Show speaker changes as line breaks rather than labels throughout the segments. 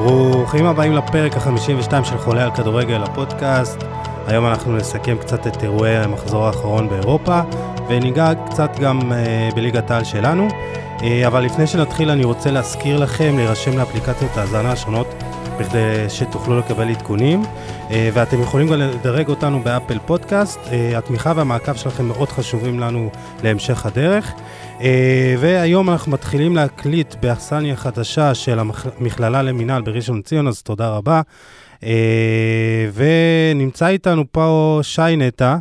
ברוכים הבאים לפרק ה-52 של חולה על כדורגל, הפודקאסט. היום אנחנו נסכם קצת את אירועי המחזור האחרון באירופה, וניגע קצת גם בליגת העל שלנו. אבל לפני שנתחיל אני רוצה להזכיר לכם להירשם לאפליקציות ההאזנה השונות, בכדי שתוכלו לקבל עדכונים, ואתם יכולים גם לדרג אותנו באפל פודקאסט. התמיכה והמעקב שלכם מאוד חשובים לנו להמשך הדרך. והיום אנחנו מתחילים להקליט באכסניה חדשה של המכללה למינהל בראשון לציון, אז תודה רבה. ונמצא איתנו פה שי נטע,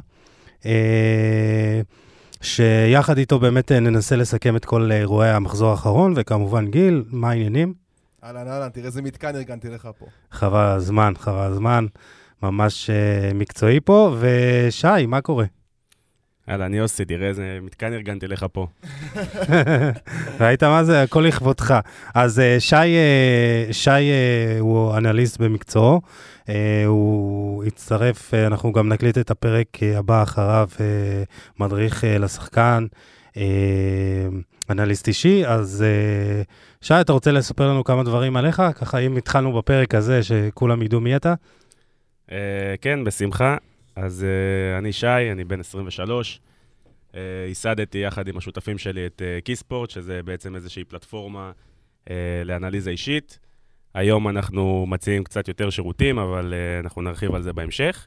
שיחד איתו באמת ננסה לסכם את כל אירועי המחזור האחרון, וכמובן גיל, מה העניינים?
אהלן, תראה איזה מתקן ארגנתי לך פה.
חבל הזמן, ממש מקצועי פה, ושי, מה קורה?
אני יוסי, תראה איזה מתקן ארגנתי לך פה.
ראית מה זה? הכל לכבודך. אז שי הוא אנליסט במקצועו, הוא יצטרף, אנחנו גם נקליט את הפרק הבא אחריו, מדריך לשחקן, אנליסט אישי. אז שי, אתה רוצה לספר לנו כמה דברים עליך? ככה אם התחלנו בפרק הזה שכולם ידעו מי אתה?
כן, בשמחה. אז אני שי, אני בן 23, ייסדתי יחד עם השותפים שלי את קיספורט, שזה בעצם איזושהי פלטפורמה לאנליזה אישית. היום אנחנו מציעים קצת יותר שירותים, אבל אנחנו נרחיב על זה בהמשך.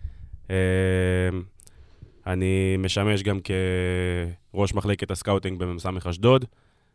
אני משמש גם כראש מחלקת הסקאוטינג במסמך אשדוד,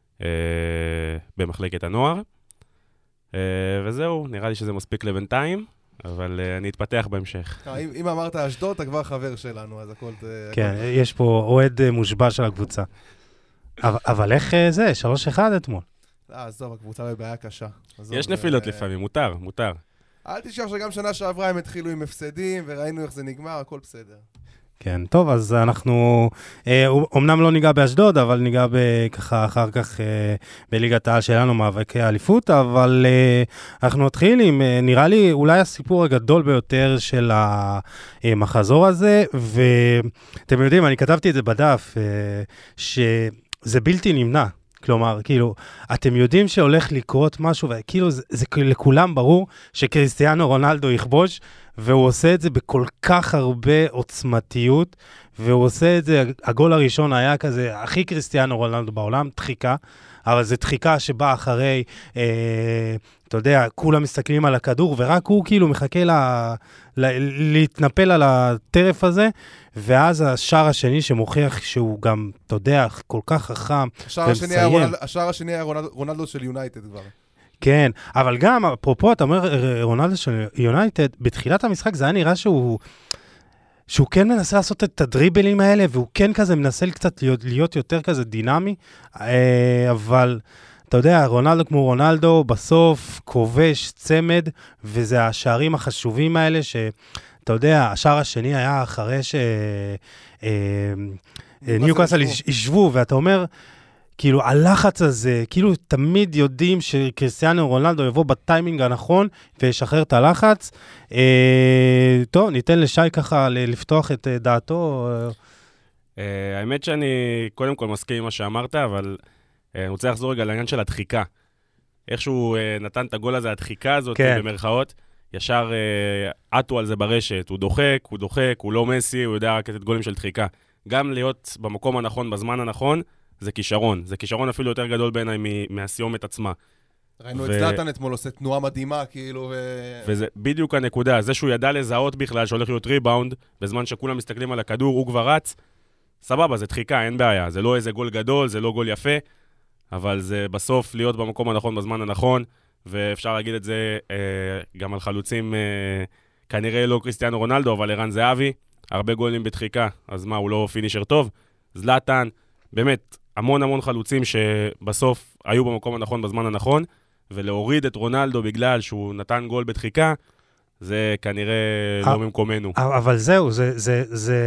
במחלקת הנוער. וזהו, נראה לי שזה מספיק לבינתיים. אבל אני אתפתח בהמשך.
אם אמרת אשדוד, אתה כבר חבר שלנו, אז הכל...
כן, יש פה אוהד מושבע של הקבוצה. אבל איך זה? 3-1 אתמול.
עזוב, הקבוצה בבעיה קשה.
יש נפילות לפעמים, מותר.
אל תשכח שגם שנה שעברה הם התחילו עם הפסדים, וראינו איך זה נגמר, הכל בסדר.
כן, טוב, אז אנחנו, אמנם לא ניגע באשדוד, אבל ניגע ככה אחר כך בליגת העל שלנו, מאבקי האליפות, אבל אנחנו נתחיל עם, נראה לי, אולי הסיפור הגדול ביותר של המחזור הזה, ואתם יודעים, אני כתבתי את זה בדף, שזה בלתי נמנע. כלומר, כאילו, אתם יודעים שהולך לקרות משהו, וכאילו זה לכולם ברור שקריסטיאנו רונלדו יכבוש, והוא עושה את זה בכל כך הרבה עוצמתיות, והוא עושה את זה, הגול הראשון היה כזה, הכי קריסטיאנו רונלדו בעולם, דחיקה, אבל זה דחיקה שבאה אחרי, אתה יודע, כולם מסתכלים על הכדור, ורק הוא כאילו מחכה להתנפל על הטרף הזה, ואז השער השני שמוכיח שהוא גם, אתה יודע, כל כך חכם,
השער השני היה רונלדו של יונייטד כבר.
כן, אבל גם, אפרופו, אתה אומר, רונלדו של יונייטד, בתחילת המשחק זה היה נראה שהוא כן מנסה לעשות את הדריבלים האלה, והוא כן כזה מנסה קצת להיות יותר כזה דינמי, אבל אתה יודע, רונלדו כמו רונלדו, בסוף כובש צמד, וזה השערים החשובים האלה, שאתה יודע, השער השני היה אחרי שניוקאסל ישבו, ואתה אומר, כאילו, הלחץ הזה, כאילו, תמיד יודעים שקריסטיאנו רונלדו יבוא בטיימינג הנכון, וישחרר את הלחץ. טוב, ניתן לשי ככה לפתוח את דעתו.
האמת שאני קודם כל מסכים עם מה שאמרת, אבל אני רוצה לחזור רגע לעניין של הדחיקה. איכשהו נתן את הגול הזה, הדחיקה הזאת, במרכאות, ישר עטו על זה ברשת. הוא דוחק, הוא לא מסי, הוא יודע רק את גולים של דחיקה. גם להיות במקום הנכון, בזמן הנכון, זה כישרון. זה כישרון אפילו יותר גדול בעיניי מהסיומת עצמה.
ראינו את זלאטן אתמול עושה תנועה מדהימה, כאילו,
וזה בדיוק הנקודה. זה שהוא ידע לזהות בכלל שהולך להיות ריבאונד, בזמן שכולם מסתכלים על הכדור, הוא כבר רץ. סבבה, זה דחיקה, אין בעיה. זה לא איזה גול גדול, זה לא גול יפה, אבל זה בסוף להיות במקום הנכון, בזמן הנכון, ואפשר להגיד את זה גם על חלוצים, כנראה לא קריסטיאנו רונלדו, אבל ערן זהבי, הרבה גולים בדחיקה, אז מה, הוא לא פינישר טוב? זלאטן, באמת, המון חלוצים שבסוף היו במקום הנכון בזמן הנכון, ולהוריד את רונלדו בגלל שהוא נתן גול בדחיקה, זה כנראה לא ממקומנו.
אבל זהו,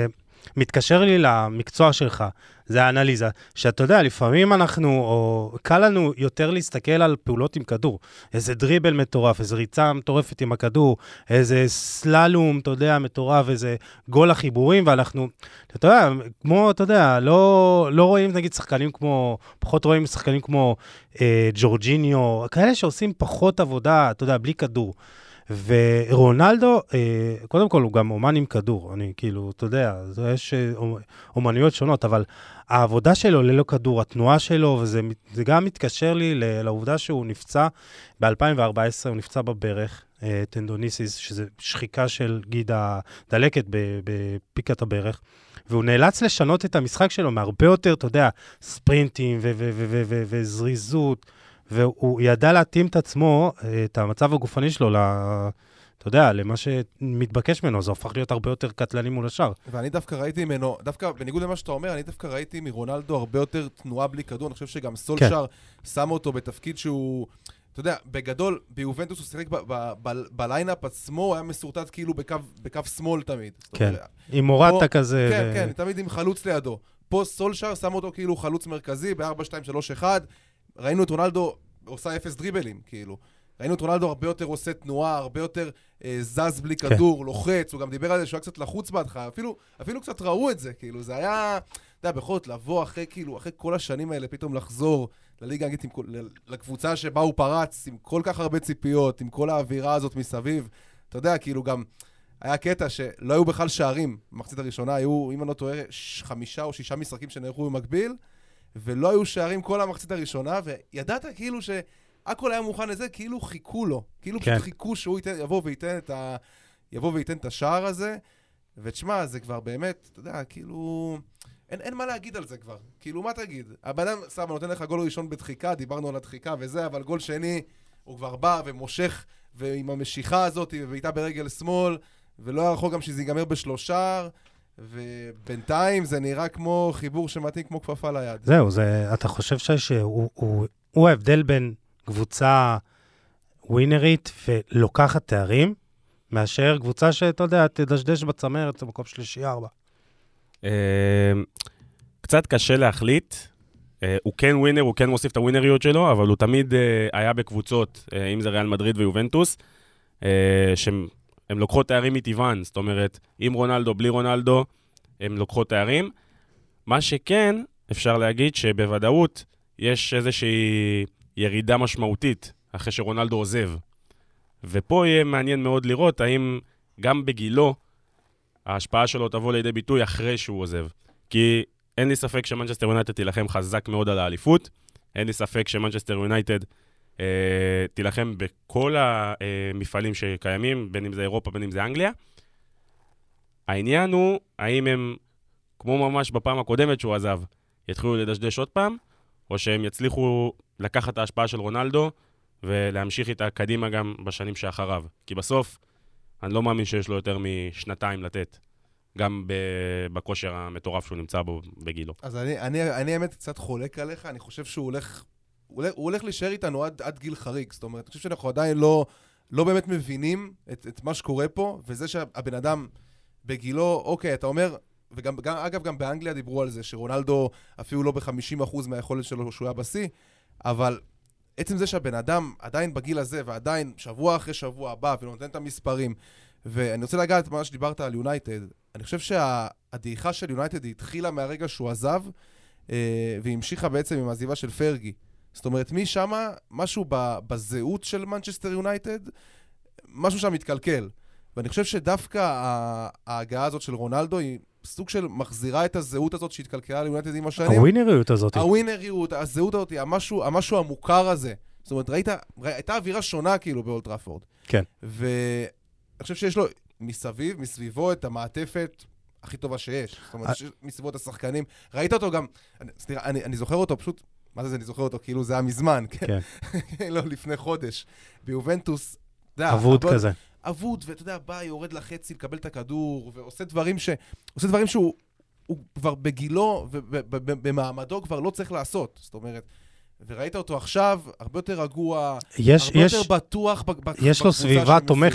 מתקשר לי למקצוע שלך, זה האנליזה, שאתה יודע, לפעמים או קל לנו יותר להסתכל על פעולות עם כדור, איזה דריבל מטורף, איזה ריצה מטורפת עם הכדור, איזה סללום, אתה יודע, מטורף, איזה גול החיבורים, ואנחנו, אתה יודע, כמו, אתה יודע, לא רואים, נגיד, פחות רואים שחקנים כמו ג'ורג'יניו, כאלה שעושים פחות עבודה, אתה יודע, בלי כדור. ורונלדו, קודם כל הוא גם אומן עם כדור, אני כאילו, אתה יודע, יש אומנויות שונות, אבל העבודה שלו ללא כדור, התנועה שלו, וזה גם מתקשר לי לעובדה שהוא נפצע ב-2014, הוא נפצע בברך, טנדוניסיס, שזה שחיקה של גיד הדלקת בפיקת הברך, והוא נאלץ לשנות את המשחק שלו מהרבה יותר, אתה יודע, ספרינטים וזריזות, והוא ידע להתאים את עצמו, את המצב הגופני שלו, אתה יודע, למה שמתבקש ממנו, זה הופך להיות הרבה יותר קטלני מול השאר.
ואני דווקא ראיתי ממנו, דווקא בניגוד למה שאתה אומר, אני דווקא ראיתי מרונלדו הרבה יותר תנועה בלי כדור, אני חושב שגם סולשר שם אותו בתפקיד שהוא, אתה יודע, בגדול, ביובנטוס הוא שיחק בליינאפ עצמו, הוא היה מסורטט כאילו בקו שמאל תמיד.
כן, עם מורטה כזה.
כן, כן, תמיד עם חלוץ לידו. פה סולשר שם אותו כאילו חלוץ מרכזי ב-4-2-3-1, ראינו את רונלדו עושה 0 דריבלים, כאילו. ראינו את רונלדו הרבה יותר עושה תנועה, הרבה יותר זז בלי כדור, לוחץ, הוא גם דיבר על זה שהוא היה קצת לחוץ בהתחלה, אפילו קצת ראו את זה, כאילו, זה היה, אתה יודע, בכל זאת לבוא אחרי כל השנים האלה, פתאום לחזור לליגה האנגלית, לקבוצה שבה הוא פרץ, עם כל כך הרבה ציפיות, עם כל האווירה הזאת מסביב, אתה יודע, כאילו גם, היה קטע שלא היו בכלל שערים, במחצית הראשונה, היו, אם אני לא טועה, 5 או 6 משחקים שנערכו במקביל, ולא היו שערים כל המחצית הראשונה, וידעת כאילו שהכל היה מוכן לזה, כאילו חיכו לו, כאילו פשוט חיכו שהוא יבוא וייתן את השער הזה, ותשמע, זה כבר באמת, אתה יודע, כאילו, אין מה להגיד על זה כבר, כאילו, מה תגיד? הבן סבא נותן לך גול ראשון בדחיקה, דיברנו על הדחיקה וזה, אבל גול שני, הוא כבר בא ומושך, ועם המשיכה הזאת, ובעיטה ברגל שמאל, ולא יכול גם שזה ייגמר בשלושה, ובינתיים זה נראה כמו חיבור שמתאים כמו כפפה ליד.
זהו, אתה חושב שהוא ההבדל בין קבוצה ווינרית ולוקחת תארים, מאשר קבוצה שאתה יודע, תדשדש בצמרת, במקום 3-4.
קצת קשה להחליט. הוא כן ווינר, הוא כן מוסיף את הווינריות שלו, אבל הוא תמיד היה בקבוצות, אם זה ריאל מדריד ויובנטוס, שהם לוקחות תארים מטבען, זאת אומרת, עם רונלדו, בלי רונלדו, הם לוקחות תארים. מה שכן, אפשר להגיד שבוודאות יש איזושהי ירידה משמעותית אחרי שרונלדו עוזב. ופה יהיה מעניין מאוד לראות האם גם בגילו ההשפעה שלו תבוא לידי ביטוי אחרי שהוא עוזב. כי אין לי ספק שמנצ'סטר יונייטד תילחם חזק מאוד על האליפות, אין לי ספק שמנצ'סטר יונייטד תילחם בכל המפעלים שקיימים, בין אם זה אירופה, בין אם זה אנגליה. העניין הוא, האם הם, כמו ממש בפעם הקודמת שהוא עזב, יתחילו לדשדש עוד פעם, או שהם יצליחו לקחת את ההשפעה של רונלדו, ולהמשיך איתה קדימה גם בשנים שאחריו. כי בסוף, אני לא מאמין שיש לו יותר משנתיים לתת, גם בכושר המטורף שהוא נמצא בו בגילו.
אז אני האמת קצת חולק עליך, אני חושב שהוא הולך להישאר איתנו עד גיל חריג, זאת אומרת, אני חושב שאנחנו עדיין לא באמת מבינים את מה שקורה פה, וזה שהבן אדם בגילו, אוקיי, אתה אומר, וגם, אגב, גם באנגליה דיברו על זה, שרונלדו אפילו לא ב-50% מהיכולת שלו שהוא היה בשיא, אבל עצם זה שהבן אדם עדיין בגיל הזה, ועדיין שבוע אחרי שבוע בא ונותן את המספרים, ואני רוצה לגעת מה שדיברת על יונייטד, אני חושב שהדעיכה של יונייטד התחילה מהרגע שהוא עזב, והמשיכה בעצם עם העזיבה של פרגי. זאת אומרת, משם, משהו בזהות של מנצ'סטר יונייטד, משהו שם מתקלקל. ואני חושב שדווקא ההגעה הזאת של רונלדו היא סוג של מחזירה את הזהות הזאת שהתקלקלה ליונייטד עם השנים.
הווינריות הזאת.
הווינריות, הזהות הזאת, המשהו המוכר הזה. זאת אומרת, הייתה אווירה שונה כאילו באולד טראפורד.
כן.
ואני חושב שיש לו מסביבו את המעטפת הכי טובה שיש. זאת אומרת, מסביבו את השחקנים. ראית אותו גם, אני זוכר אותו פשוט, מה זה אני זוכר אותו? כאילו זה היה מזמן, כן? לא, לפני חודש. ביובנטוס,
אבוד כזה.
אבוד, ואתה יודע, בא, יורד לחצי, לקבל את הכדור, ועושה דברים שהוא כבר בגילו ובמעמדו כבר לא צריך לעשות. זאת אומרת, וראית אותו עכשיו, הרבה יותר רגוע, הרבה יותר בטוח.
יש לו סביבה תומכת.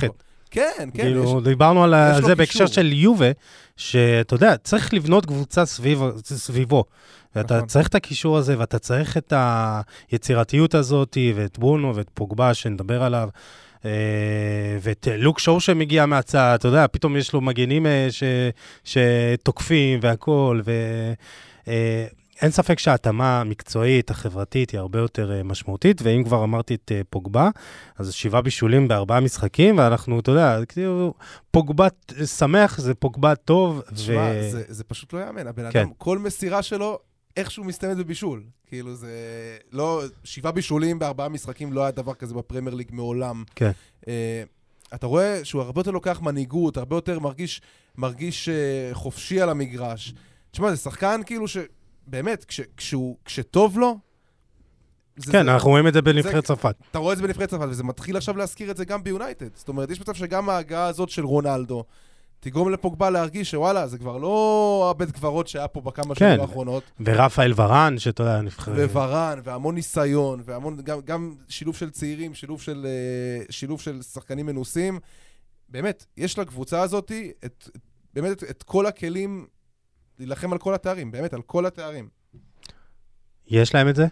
כן, כן.
כאילו, דיברנו על
לו
זה בהקשר
קישור.
של יובה, שאתה יודע, צריך לבנות קבוצה סביבו. ואתה
נכון.
צריך את הקישור הזה, ואתה צריך את היצירתיות הזאת, ואת ברונו ואת פוגבה שנדבר עליו, ואת לוק שואו שמגיע מהצד, אתה יודע, פתאום יש לו מגנים שתוקפים והכל, אין ספק שההתאמה המקצועית, החברתית, היא הרבה יותר משמעותית, ואם כבר אמרתי את פוגבה, אז 7 בישולים ב4 משחקים, ואנחנו, אתה יודע, כאילו, פוגבה שמח, זה פוגבה טוב.
תשמע, זה פשוט לא יאמן, הבן אדם, כל מסירה שלו, איכשהו מסתיימת בבישול. כאילו זה לא, 7 בישולים ב4 משחקים לא היה דבר כזה בפרמייר ליג מעולם.
כן.
אתה רואה שהוא הרבה יותר לוקח מנהיגות, הרבה יותר מרגיש חופשי על המגרש. תשמע, זה שחקן כאילו באמת, כשטוב לו...
כן, אנחנו רואים את זה בנבחרת צרפת.
אתה רואה את זה בנבחרת צרפת, וזה מתחיל עכשיו להזכיר את זה גם ביונייטד. זאת אומרת, יש מצב שגם ההגעה הזאת של רונלדו, תגרום לפוגבה להרגיש שוואלה, זה כבר לא הבית קברות שהיה פה בכמה שנים האחרונות.
ורפאל ורן, שאתה יודע, נבחר...
וורן, והמון ניסיון, גם שילוב של צעירים, שילוב של שחקנים מנוסים. באמת, יש לקבוצה הזאת באמת את כל הכלים להילחם על כל התארים, באמת, על כל התארים.
יש להם את זה?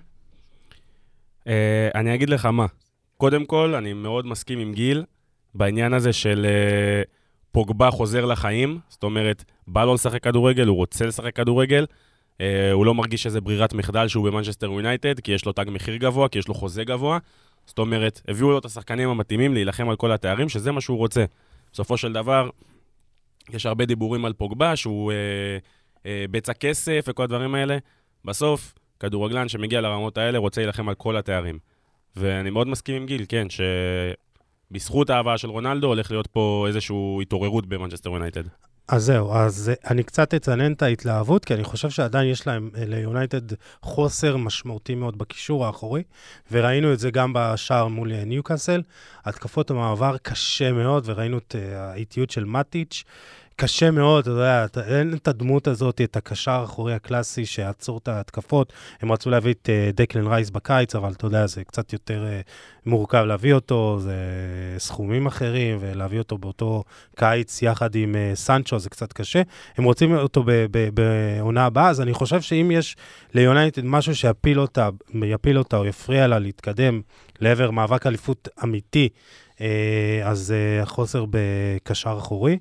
אני אגיד לך מה. קודם כל, אני מאוד מסכים עם גיל בעניין הזה של פוגבה חוזר לחיים, זאת אומרת, בא לו לשחק כדורגל, הוא רוצה לשחק כדורגל, הוא לא מרגיש שזה ברירת מחדל שהוא במנצ'סטר יונייטד, כי יש לו תג מחיר גבוה, כי יש לו חוזה גבוה, זאת אומרת, הביאו לו את השחקנים המתאימים להילחם על כל התארים, שזה מה שהוא רוצה. בסופו של דבר, יש הרבה דיבורים על פוגבה, שהוא בצע כסף וכל הדברים האלה. בסוף, כדורגלן שמגיע לרמות האלה רוצה להילחם על כל התארים. ואני מאוד מסכים עם גיל, כן, שבזכות האהבה של רונלדו הולך להיות פה איזושהי התעוררות במנצ'סטר יונייטד.
אז זהו, אז אני קצת אצנן את ההתלהבות, כי אני חושב שעדיין יש להם ליונייטד חוסר משמעותי מאוד בקישור האחורי, וראינו את זה גם בשער מול ניוקאסל. התקפות המעבר קשה מאוד, וראינו את האיטיות של מטיץ', קשה מאוד, אתה יודע, אין את הדמות הזאת, את הקשר האחורי הקלאסי שעצור את ההתקפות. הם רצו להביא את דקלן רייס בקיץ, אבל אתה יודע, זה קצת יותר מורכב להביא אותו, זה סכומים אחרים, ולהביא אותו באותו קיץ יחד עם סנצ'ו, זה קצת קשה. הם רוצים אותו בעונה הבאה, אז אני חושב שאם יש ליונייטד משהו שיפיל אותה או יפריע לה להתקדם לעבר מאבק אליפות אמיתי, אז החוסר בקשר אחורי,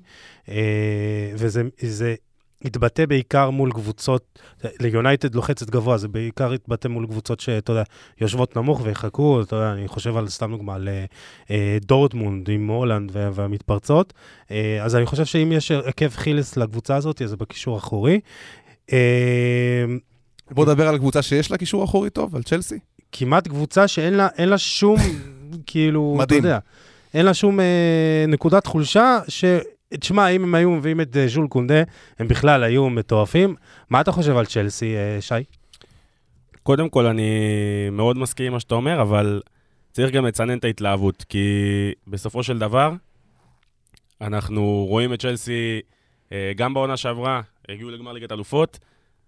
וזה התבטא בעיקר מול קבוצות, ליונייטד לוחצת גבוה, זה בעיקר התבטא מול קבוצות שאתה יודע, יושבות נמוך ויחכו, אתה יודע, אני חושב על סתם דוגמה, על דורטמונד עם הולנד והמתפרצות, אז אני חושב שאם יש עקב חילס לקבוצה הזאת, אז זה בקישור אחורי.
בוא נדבר על קבוצה שיש לה קישור אחורי טוב, על צ'לסי.
כמעט קבוצה שאין לה שום, כאילו, אתה יודע, אין לה שום נקודת חולשה, תשמע, אם הם היו מביאים את ז'ול קונדה, הם בכלל היו מטורפים. מה אתה חושב על צ'לסי, שי?
קודם כל, אני מאוד מסכים עם מה שאתה אומר, אבל צריך גם לצנן את ההתלהבות, כי בסופו של דבר, אנחנו רואים את צ'לסי, גם בעונה שעברה, הגיעו לגמר ליגת אלופות,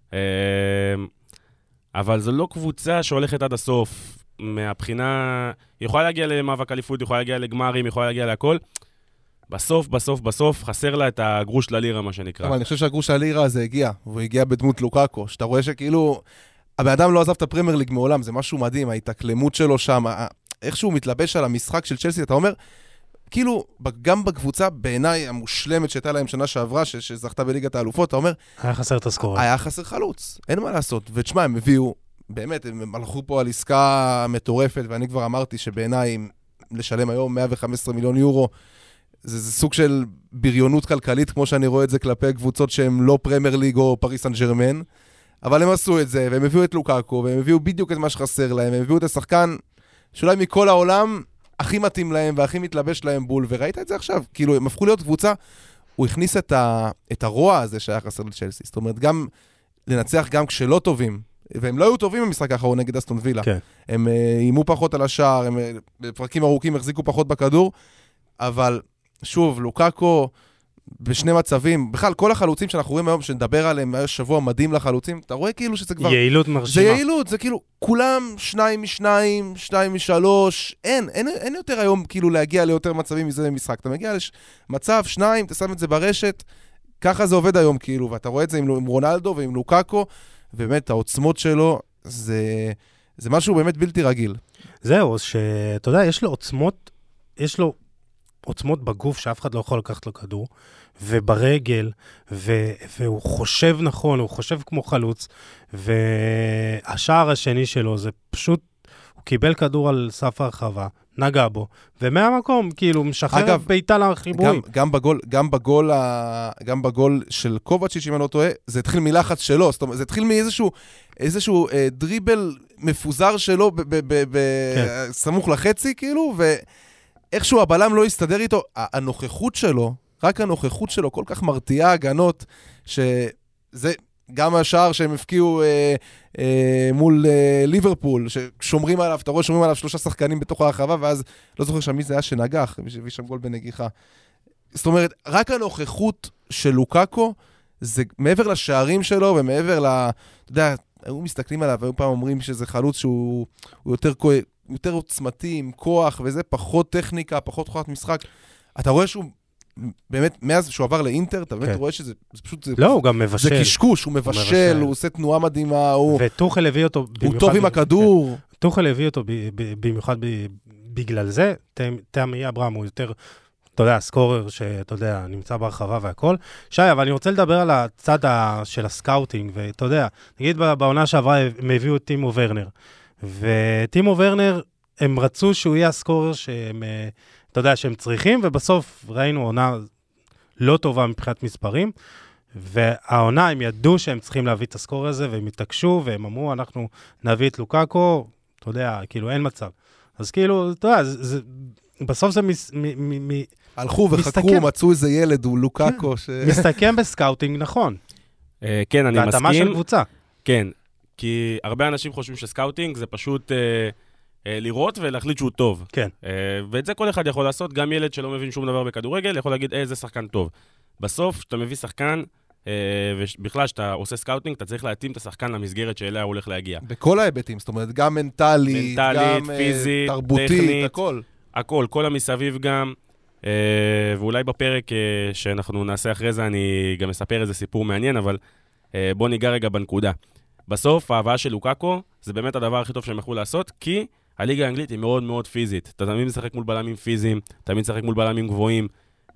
אבל זו לא קבוצה שהולכת עד הסוף. מהבחינה, היא יכולה להגיע למאבק אליפות, היא יכולה להגיע לגמרים, היא יכולה להגיע להכל. בסוף, חסר לה את הגרוש ללירה, מה שנקרא.
אבל אני חושב שהגרוש ללירה הזה הגיע, והוא הגיע בדמות לוקאקו, שאתה רואה שכאילו, הבן אדם לא עזב את הפרמייר ליג מעולם, זה משהו מדהים, ההתאקלמות שלו שם, איך שהוא מתלבש על המשחק של צ'לסי, אתה אומר, כאילו, גם בקבוצה, בעיניי המושלמת שהייתה להם שנה שעברה, שזכתה בליגת האלופות, אתה אומר,
היה חסר תזכורת.
היה חסר חלוץ, אין מה לעשות. ותשמע, הם הביאו, באמת, הם הלכו פה על עסקה מטורפת, ואני כבר אמרתי שבעיניי, לשלם היום 115 מיליון יורו, זה סוג של בריונות כלכלית, כמו שאני רואה את זה כלפי קבוצות שהן לא פרמייר ליג או פריס סן ז'רמן, אבל הם עשו את זה, והם הביאו את לוקאקו, והם הביאו בדיוק את מה שחסר להם, הם הביאו את השחקן שאולי מכל העולם הכי מתאים להם והכי מתלבש להם בול, וראית את זה עכשיו, כאילו הם הפכו להיות קבוצה, הוא הכניס את הרוע הזה שהיה חסר לצ'לסי, זאת אומרת גם לנצח גם כשלא טובים, והם לא היו טובים במשחק האחרון נגד אסטון וילה,
כן.
הם אימו פחות על השער, הם בפרקים ארוכים החזיקו פחות בכדור, אבל שוב, לוקאקו, בשני מצבים, בכלל כל החלוצים שאנחנו רואים היום, שנדבר עליהם, היה שבוע מדהים לחלוצים, אתה רואה כאילו שזה כבר...
יעילות מרשימה.
זה יעילות, זה כאילו, כולם 2 מ-2, 2 מ-3, אין יותר היום כאילו להגיע ליותר מצבים מזה במשחק. אתה מגיע למצב, 2, אתה שם את זה ברשת, ככה זה עובד היום כאילו, ואתה רואה את זה עם רונלדו ועם לוקאקו, ובאמת העוצמות שלו, זה משהו באמת בלתי רגיל.
זהו, שאתה יודע, יש לו עוצמות בגוף שאף אחד לא יכול לקחת לו כדור, וברגל, והוא חושב נכון, הוא חושב כמו חלוץ, והשער השני שלו זה פשוט, הוא קיבל כדור על סף הרחבה, נגע בו, ומהמקום, כאילו, משחרר בעיטה לחיבורים.
גם בגול של קובצ'יץ', אם אני לא טועה, זה התחיל מלחץ שלו, זאת אומרת, זה התחיל מאיזשהו דריבל מפוזר שלו, סמוך לחצי, כאילו, ואיכשהו הבלם לא יסתדר איתו, הנוכחות שלו, רק הנוכחות שלו כל כך מרתיעה הגנות, שזה גם השער שהם הפקיעו מול ליברפול, ששומרים עליו, אתה רואה, שומרים עליו 3 שחקנים בתוך הרחבה, ואז לא זוכר שם מי זה היה שנגח, הביא שם גול בנגיחה. זאת אומרת, רק הנוכחות של לוקאקו, זה מעבר לשערים שלו, ומעבר אתה יודע, היו מסתכלים עליו, והיו פעם אומרים שזה חלוץ שהוא יותר עוצמתי, עם כוח, וזה פחות טכניקה, פחות כוחת משחק. אתה רואה שהוא באמת, מאז שהוא עבר לאינטר, אתה באמת רואה שזה פשוט...
לא, הוא גם מבשל.
זה קשקוש, הוא מבשל, הוא עושה תנועה מדהימה,
וטוחל הביא אותו...
הוא טוב עם הכדור.
טוחל הביא אותו במיוחד בגלל זה, תמי אברהם הוא יותר, אתה יודע, סקורר שאתה יודע, נמצא ברחבה והכל. שי, אבל אני רוצה לדבר על הצד של הסקאוטינג, ואתה יודע, נגיד בעונה שעברה הם הביאו את טימו ורנר, וטימו ורנר, הם רצו שהוא יהיה הסקורר שהם... אתה יודע שהם צריכים, ובסוף ראינו עונה לא טובה מבחינת מספרים, והעונה הם ידעו שהם צריכים להביא את הסקור הזה, והם התעקשו, והם אמרו, אנחנו נביא את לוקאקו, אתה יודע, כאילו אין מצב. אז כאילו, אתה יודע, בסוף זה
הלכו וחקרו, מצאו איזה ילד, הוא לוקאקו.
מסתכם בסקאוטינג, נכון.
כן, אני מסכים.
והתאמה של קבוצה.
כן, כי הרבה אנשים חושבים שסקאוטינג זה פשוט... לראות ולהחליט שהוא טוב.
כן.
ואת זה כל אחד יכול לעשות, גם ילד שלא מבין שום דבר בכדורגל, יכול להגיד, זה שחקן טוב. בסוף, כשאתה מביא שחקן, ובכלל, כשאתה עושה סקאוטינג, אתה צריך להתאים את השחקן למסגרת שאליה הוא הולך להגיע.
בכל ההיבטים, זאת אומרת, גם מנטלית, גם
פיזית,
תרבותית,
טכנית,
הכל.
הכל, כל המסביב גם, ואולי בפרק שאנחנו נעשה אחרי זה, אני גם אספר איזה סיפור מעניין, אבל בוא ניגע רגע בנקודה. בסוף, ההבאה של לוקאקו, זה באמת הדבר הכי טוב שהם יכולו לעשות, כי הליגה האנגלית היא מאוד מאוד פיזית. אתה תמיד משחק מול בלמים פיזיים, תמיד משחק מול בלמים גבוהים,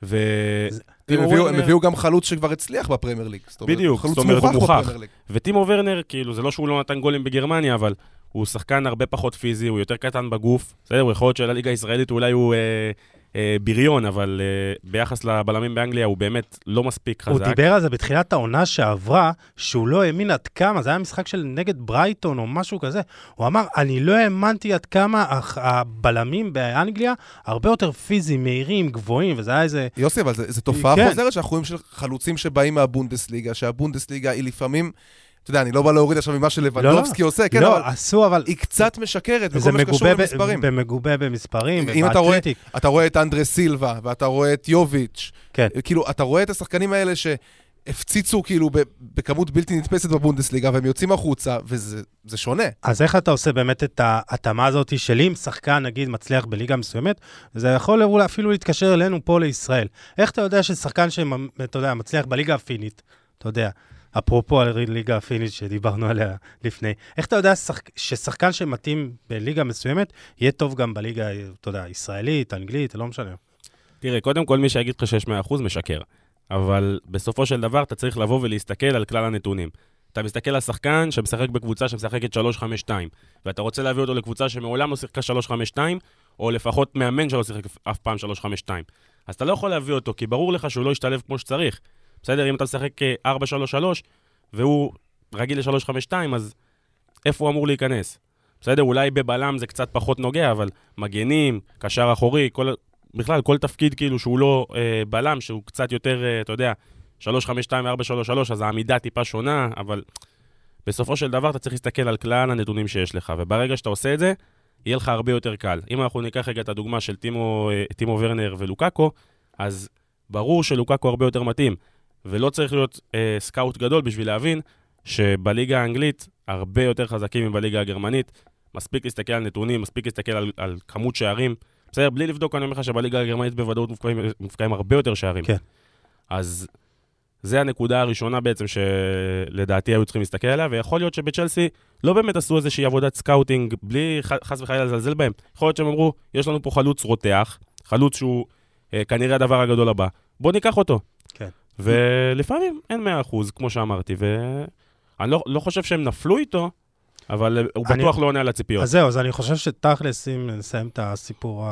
הם הביאו גם חלוץ שכבר הצליח בפרמייר ליג.
בדיוק, זאת אומרת, הוא מוכח. וטימו ורנר, כאילו, זה לא שהוא לא נתן גולים בגרמניה, אבל הוא שחקן הרבה פחות פיזי, הוא יותר קטן בגוף. בסדר, יכול להיות שלליגה הישראלית אולי הוא בריון, אבל ביחס לבלמים באנגליה הוא באמת לא מספיק חזק.
הוא דיבר על זה בתחילת העונה שעברה, שהוא לא האמין עד כמה, זה היה משחק של נגד ברייטון או משהו כזה. הוא אמר, אני לא האמנתי עד כמה הבלמים באנגליה הרבה יותר פיזיים, מהירים, גבוהים, וזה היה איזה...
יוסי, אבל זו תופעה חוזרת שאנחנו רואים של חלוצים שבאים מהבונדסליגה, שהבונדסליגה היא לפעמים... אתה יודע, אני לא בא להוריד עכשיו ממה שלבנדובסקי עושה, כן, אבל היא קצת משקרת בכל מה שקשור למספרים.
זה מגובה במספרים,
אם אתה רואה את אנדרה סילבה, ואתה רואה את יוביץ', כאילו, אתה רואה את השחקנים האלה שהפציצו כאילו בכמות בלתי נתפסת בבונדסליגה, והם יוצאים החוצה, וזה שונה. אז איך אתה עושה באמת את ההתאמה הזאת של אם שחקן, נגיד, מצליח בליגה מסוימת, זה יכול אפילו להתקשר אלינו פה לישראל. איך אתה יודע ששחקן שאתה יודע, מצליח בליגה הפינית, אתה יודע, אפרופו על ליגה הפינית שדיברנו עליה לפני, איך אתה יודע ששחקן שמתאים בליגה מסוימת, יהיה טוב גם בליגה, אתה יודע, ישראלית, אנגלית, לא משנה.
תראה, קודם כל מי שיגיד לך שיש 100% משקר, אבל בסופו של דבר אתה צריך לבוא ולהסתכל על כלל הנתונים. אתה מסתכל על שחקן שמשחק בקבוצה שמשחקת 3-5-2, ואתה רוצה להביא אותו לקבוצה שמעולם לא שיחקה 3-5-2, או לפחות מאמן שלא שיחק אף פעם 3-5-2. אז אתה לא יכול להביא אותו, כי ברור לך שהוא לא ישתלב כמו שצריך. בסדר, אם אתה משחק 4-3-3, והוא רגיל ל-3-5-2, אז איפה הוא אמור להיכנס? בסדר, אולי בבלם זה קצת פחות נוגע, אבל מגנים, קשר אחורי, בכלל, כל תפקיד כאילו שהוא לא בלם, שהוא קצת יותר, אתה יודע, 3-5-2 ו-4-3-3, אז העמידה טיפה שונה, אבל בסופו של דבר אתה צריך להסתכל על כלל הנתונים שיש לך, וברגע שאתה עושה את זה, יהיה לך הרבה יותר קל. אם אנחנו ניקח רגע את הדוגמה של טימו ורנר ולוקאקו, אז ברור שלוקאקו הרבה יותר מתאים, ולא צריך להיות סקאוט גדול בשביל להבין שבליגה האנגלית הרבה יותר חזקים מבליגה הגרמנית, מספיק להסתכל על נתונים, מספיק להסתכל על כמות שערים, בסדר, בלי לבדוק, אני אומר לך שבליגה הגרמנית בוודאות מופקעים הרבה יותר שערים.
כן.
אז זה הנקודה הראשונה בעצם שלדעתי היו צריכים להסתכל עליה, ויכול להיות שבצ'לסי לא באמת עשו איזושהי עבודת סקאוטינג, בלי חס וחלילה לזלזל בהם. יכול להיות שהם אמרו, יש לנו פה חלוץ רותח, חלוץ שהוא כנראה הדבר הגדול הבא, בוא ניקח אותו.
כן.
ולפעמים אין 100%, כמו שאמרתי, ואני לא חושב שהם נפלו איתו, אבל הוא בטוח לא עונה על הציפיות.
אז זהו, אז אני חושב שתכלס, אם נסיים את הסיפור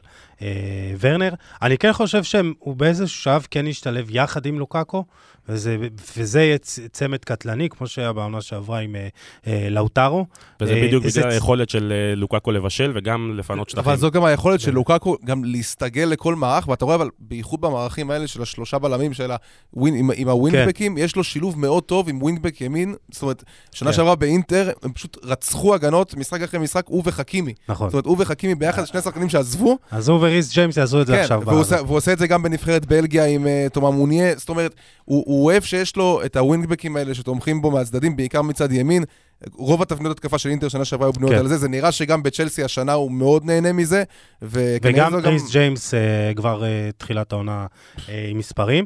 ורנר, אני כן חושב שהוא באיזשהו שלב כן ישתלב יחד עם לוקאקו, וזה יהיה צמד קטלני, כמו שהיה בעונה שעברה עם לאוטרו.
וזה בדיוק בגלל היכולת של לוקאקו לבשל, וגם לפנות שטחים.
אבל זו גם היכולת של לוקאקו גם להסתגל לכל מערך, ואתה רואה אבל בייחוד במערכים האלה של השלושה בלמים, עם הווינגבקים, יש לו שילוב מאוד טוב עם ווינגבק ימין, זאת אומרת, שנה שעברה באינטר, הם פשוט רצחו הגנות, משחק אחרי משחק, הוא וחכימי.
נכון.
זאת אומרת, הוא וחכימי ביחד, שני שחקנים שעזבו.
אז הוא וריס ג'יימס יעשו את זה עכשיו.
והוא עושה את זה גם בנבחרת בלגיה עם תומה מוניה, זאת אומרת, הוא אוהב שיש לו את הווינגבקים האלה שתומכים בו מהצדדים, בעיקר מצד ימין. רוב התפניות התקפה של אינטר שנה שעברה היו בנויות על זה, זה נראה שגם בצ'לסי השנה הוא מאוד נהנה מזה.
וגם ריס ג'יימס כבר תחילת העונה עם מספרים.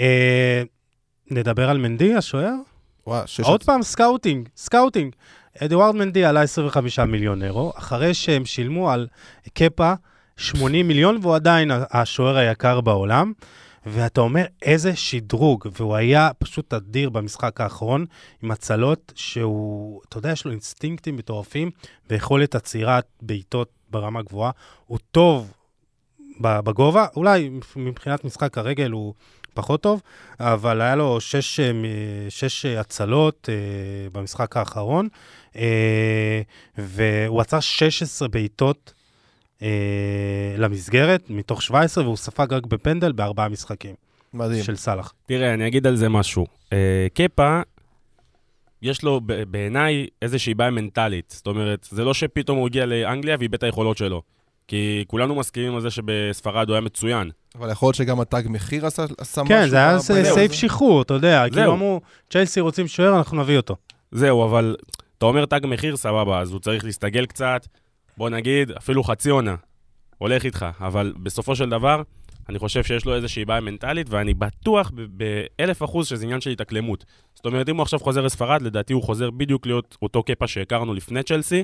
נדבר על מנדי, השוער? עוד פעם סקאוטינג. אדוארד מנדי עלה 25 מיליון אירו, אחרי שהם שילמו על קפה 80 מיליון, והוא עדיין השוער היקר בעולם, ואתה אומר איזה שדרוג, והוא היה פשוט אדיר במשחק האחרון, עם הצלות שהוא, אתה יודע, יש לו אינסטינקטים מטורפים, ויכולת עצירת בעיטות ברמה גבוהה, הוא טוב בגובה, אולי מבחינת משחק הרגל הוא פחות טוב, אבל היה לו 6 הצלות במשחק האחרון, והוא עצר 16 בעיטות למסגרת, מתוך 17, והוא ספג רק בפנדל ב4 משחקים.
מדהים.
של סלח.
תראה, אני אגיד על זה משהו. קפה, יש לו בעיניי איזושהי בעיה מנטלית. זאת אומרת, זה לא שפתאום הוא הגיע לאנגליה ואיבד את היכולות שלו. כי כולנו מסכימים על זה שבספרד הוא היה מצוין.
אבל יכול להיות שגם התג מחיר עשה משהו.
כן, זה היה סייף שחרור, אתה יודע. כאילו אמרו, צ'לסי רוצים שוער, אנחנו נביא אותו.
זהו, אבל אתה אומר תג מחיר, סבבה, אז הוא צריך להסתגל קצת, בוא נגיד, אפילו חצי עונה, הולך איתך. אבל בסופו של דבר, אני חושב שיש לו איזושהי בעיה מנטלית, ואני בטוח ב1,000% שזה עניין של התאקלמות. זאת אומרת, אם הוא עכשיו חוזר לספרד, לדעתי הוא חוזר בדיוק להיות אותו קפה שהכרנו לפני צ'לסי,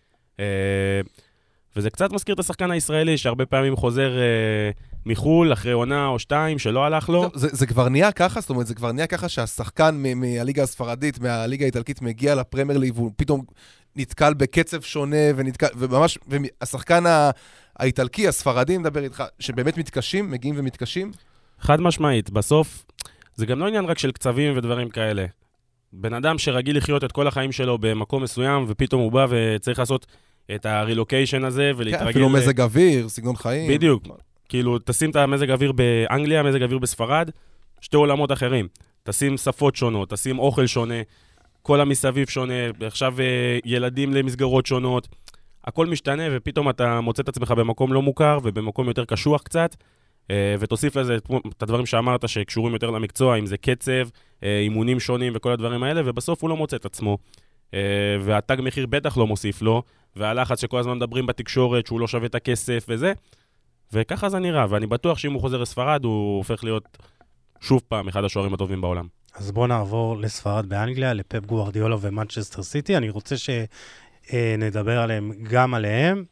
וזה קצת מזכיר את השחקן הישראלי, שהרבה פעמים חוזר מחול, אחרי עונה או 2, שלא הלך לו.
זה כבר נהיה ככה, זאת אומרת, זה כבר נהיה ככה שהשחקן מהליגה הספרדית, מהליגה האיטלקית, מגיע לפרמייר ליג, והוא פתאום נתקל בקצב שונה, וממש, והשחקן האיטלקי, הספרדי, מדבר איתך, שבאמת מתקשים, מגיעים ומתקשים.
חד משמעית, בסוף, זה גם לא עניין רק של קצבים ודברים כאלה. בן אדם שרגיל לחיות את כל החיים שלו במקום מסוים, ופתאום הוא בא וצריך לעשות את הרילוקיישן הזה, ולהתרגל...
אפילו מזג אוויר, סגנון חיים.
בדיוק. כאילו, תשים את המזג אוויר באנגליה, מזג אוויר בספרד, שתי עולמות אחרים. תשים שפות שונות, תשים אוכל שונה, כל המסביב שונה, עכשיו ילדים למסגרות שונות. הכל משתנה, ופתאום אתה מוצא את עצמך במקום לא מוכר, ובמקום יותר קשוח קצת, ותוסיף לזה את הדברים שאמרת, שקשורים יותר למקצוע, אם זה קצב, אימונים שונים וכל הדברים האלה, ובסוף הוא לא מוצא את עצמו. והתג מחיר בטח לא מוסיף לו, והלחץ שכל הזמן מדברים בתקשורת, שהוא לא שווה את הכסף וזה, וככה זה נראה, ואני בטוח שאם הוא חוזר לספרד, הוא הופך להיות שוב פעם אחד השוערים הטובים בעולם.
אז בואו נעבור לספרד באנגליה, לפפ גוארדיולה ומנצ'סטר סיטי, אני רוצה שנדבר עליהם גם עליהם.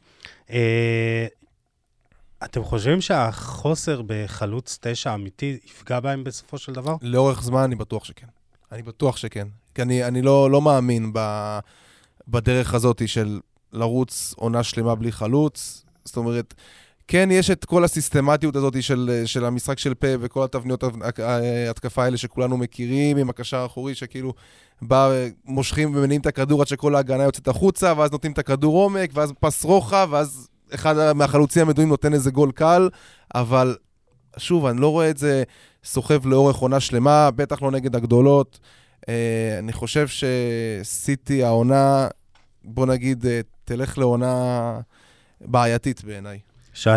אתם חושבים שהחוסר בחלוץ 9 אמיתי יפגע בהם בסופו של דבר?
לאורך זמן אני בטוח שכן. אני בטוח שכן. כי אני לא מאמין בדרך הזאת של לרוץ עונה שלמה בלי חלוץ. זאת אומרת, כן, יש את כל הסיסטמטיות הזאת של המשחק של פה וכל התבניות התקפה האלה שכולנו מכירים, עם הקשר האחורי שכאילו בא, מושכים ומניעים את הכדור עד שכל ההגנה יוצאת החוצה, ואז נותנים את הכדור עומק, ואז פס רוחב, ואז אחד מהחלוצים המדועים נותן איזה גול קל, אבל שוב, אני לא רואה את זה סוחב לאורך עונה שלמה, בטח לא נגד הגדולות. אני חושב שסיטי העונה, בוא נגיד, תלך לעונה בעייתית בעיניי.
שי?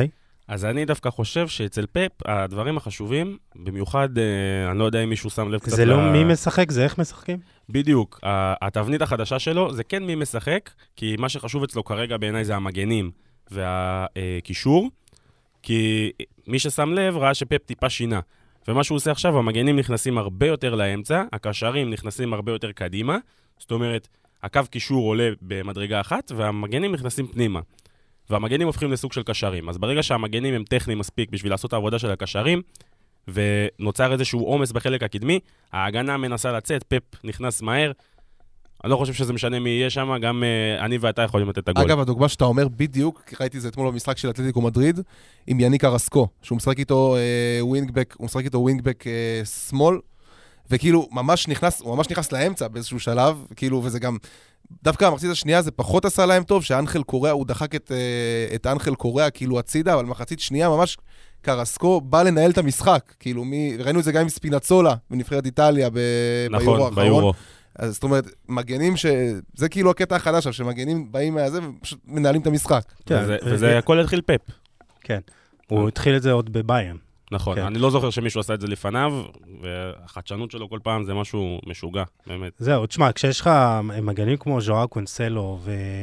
אז אני דווקא חושב שאצל פפ, הדברים החשובים, במיוחד, אני לא יודע אם מישהו שם לב קצת...
זה לא מי משחק, זה איך משחקים?
בדיוק. התבנית החדשה שלו, זה כן מי משחק, כי מה שחשוב אצלו כרגע בעיניי זה המגנים והקישור, כי מי ששם לב ראה שפפ טיפה שינה. ומה שהוא עושה עכשיו, המגנים נכנסים הרבה יותר לאמצע, הקשרים נכנסים הרבה יותר קדימה, זאת אומרת, הקו קישור עולה במדרגה אחת, והמגנים נכנסים פנימה. והמגנים הופכים לסוג של קשרים. אז ברגע שהמגנים הם טכניים מספיק בשביל לעשות את העבודה של הקשרים, ונוצר איזשהו עומס בחלק הקדמי, ההגנה מנסה לצאת, פפ נכנס מהר. אני לא חושב שזה משנה מי יהיה שם, גם אני ואתה יכולים לתת את הגול.
אגב, הדוגמה שאתה אומר בדיוק, ראיתי את זה אתמול במשחק של אתלטיקו מדריד, עם יניק ארסקו, שהוא משחק איתו ווינגבק שמאל, וכאילו ממש נכנס, הוא ממש נכנס לאמצע באיזשהו שלב, כאילו, וזה גם, דווקא המחצית השנייה זה פחות עשה להם טוב, שאנחל קוריאה, הוא דחק את אנחל קוריאה כאילו הצידה, אבל מחצית שנייה ממש קרסקו בא לנהל את המשחק, כאילו ראינו את זה גם עם ספינצולה, בנבחרת איטליה ביורו האחרון. ביורו. אז זאת אומרת, מגנים זה כאילו הקטע החדש, שמגנים באים מהזה ופשוט מנהלים את המשחק.
וזה הכל התחיל פפ.
כן, הוא התחיל את זה עוד בביירן.
נכון, אני לא זוכר שמישהו עשה את זה לפניו, והחדשנות שלו כל פעם זה משהו משוגע, באמת.
זהו, תשמע, כשיש לך מגנים כמו ז'ואאו קונסלו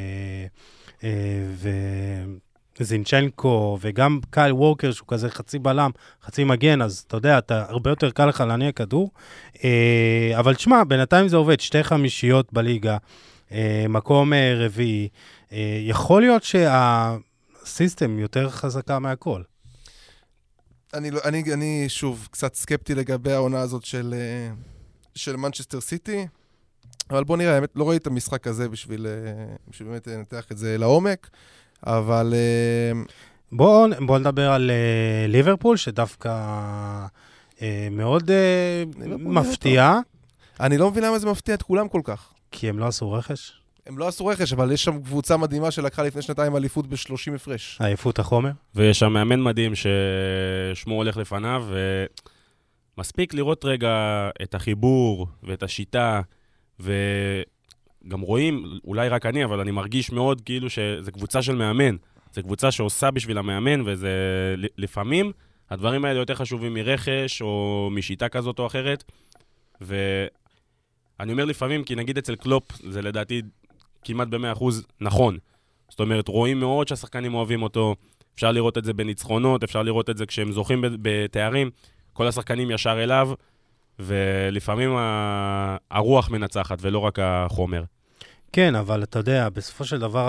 וזינצ'נקו, וגם קייל ווקר, שהוא כזה חצי בלם, חצי מגן, אז אתה יודע, הרבה יותר קל לך להניע כדור. אבל תשמע, בינתיים זה עובד, 2 חמישיות בליגה, מקום רביעי. יכול להיות שהסיסטם יותר חזקה מהכל.
אני שוב קצת סקפטי לגבי העונה הזאת של מנצ'סטר סיטי, אבל בוא נראה, האמת, לא ראיתי את המשחק הזה בשביל באמת לנתח את זה לעומק, אבל...
בוא נדבר על ליברפול, שדווקא מאוד מפתיע.
אני לא מבין למה זה מפתיע את כולם כל כך.
כי הם לא עשו רכש?
הם לא עשו רכש, אבל יש שם קבוצה מדהימה שלקחה לפני 2 אליפות ב-30 הפרש.
עייפות החומר.
ויש שם מאמן מדהים ששמו הולך לפניו, ומספיק לראות רגע את החיבור ואת השיטה, וגם רואים, אולי רק אני, אבל אני מרגיש מאוד כאילו שזה קבוצה של מאמן. זה קבוצה שעושה בשביל המאמן, וזה לפעמים, הדברים האלה יותר חשובים מרכש או משיטה כזאת או אחרת, ואני אומר לפעמים, כי נגיד אצל קלופ, זה לדעתי כמעט ב100% נכון. זאת אומרת, רואים מאוד שהשחקנים אוהבים אותו, אפשר לראות את זה בניצחונות, אפשר לראות את זה כשהם זוכים בתארים, כל השחקנים ישר אליו, ולפעמים הרוח מנצחת ולא רק החומר.
כן, אבל אתה יודע, בסופו של דבר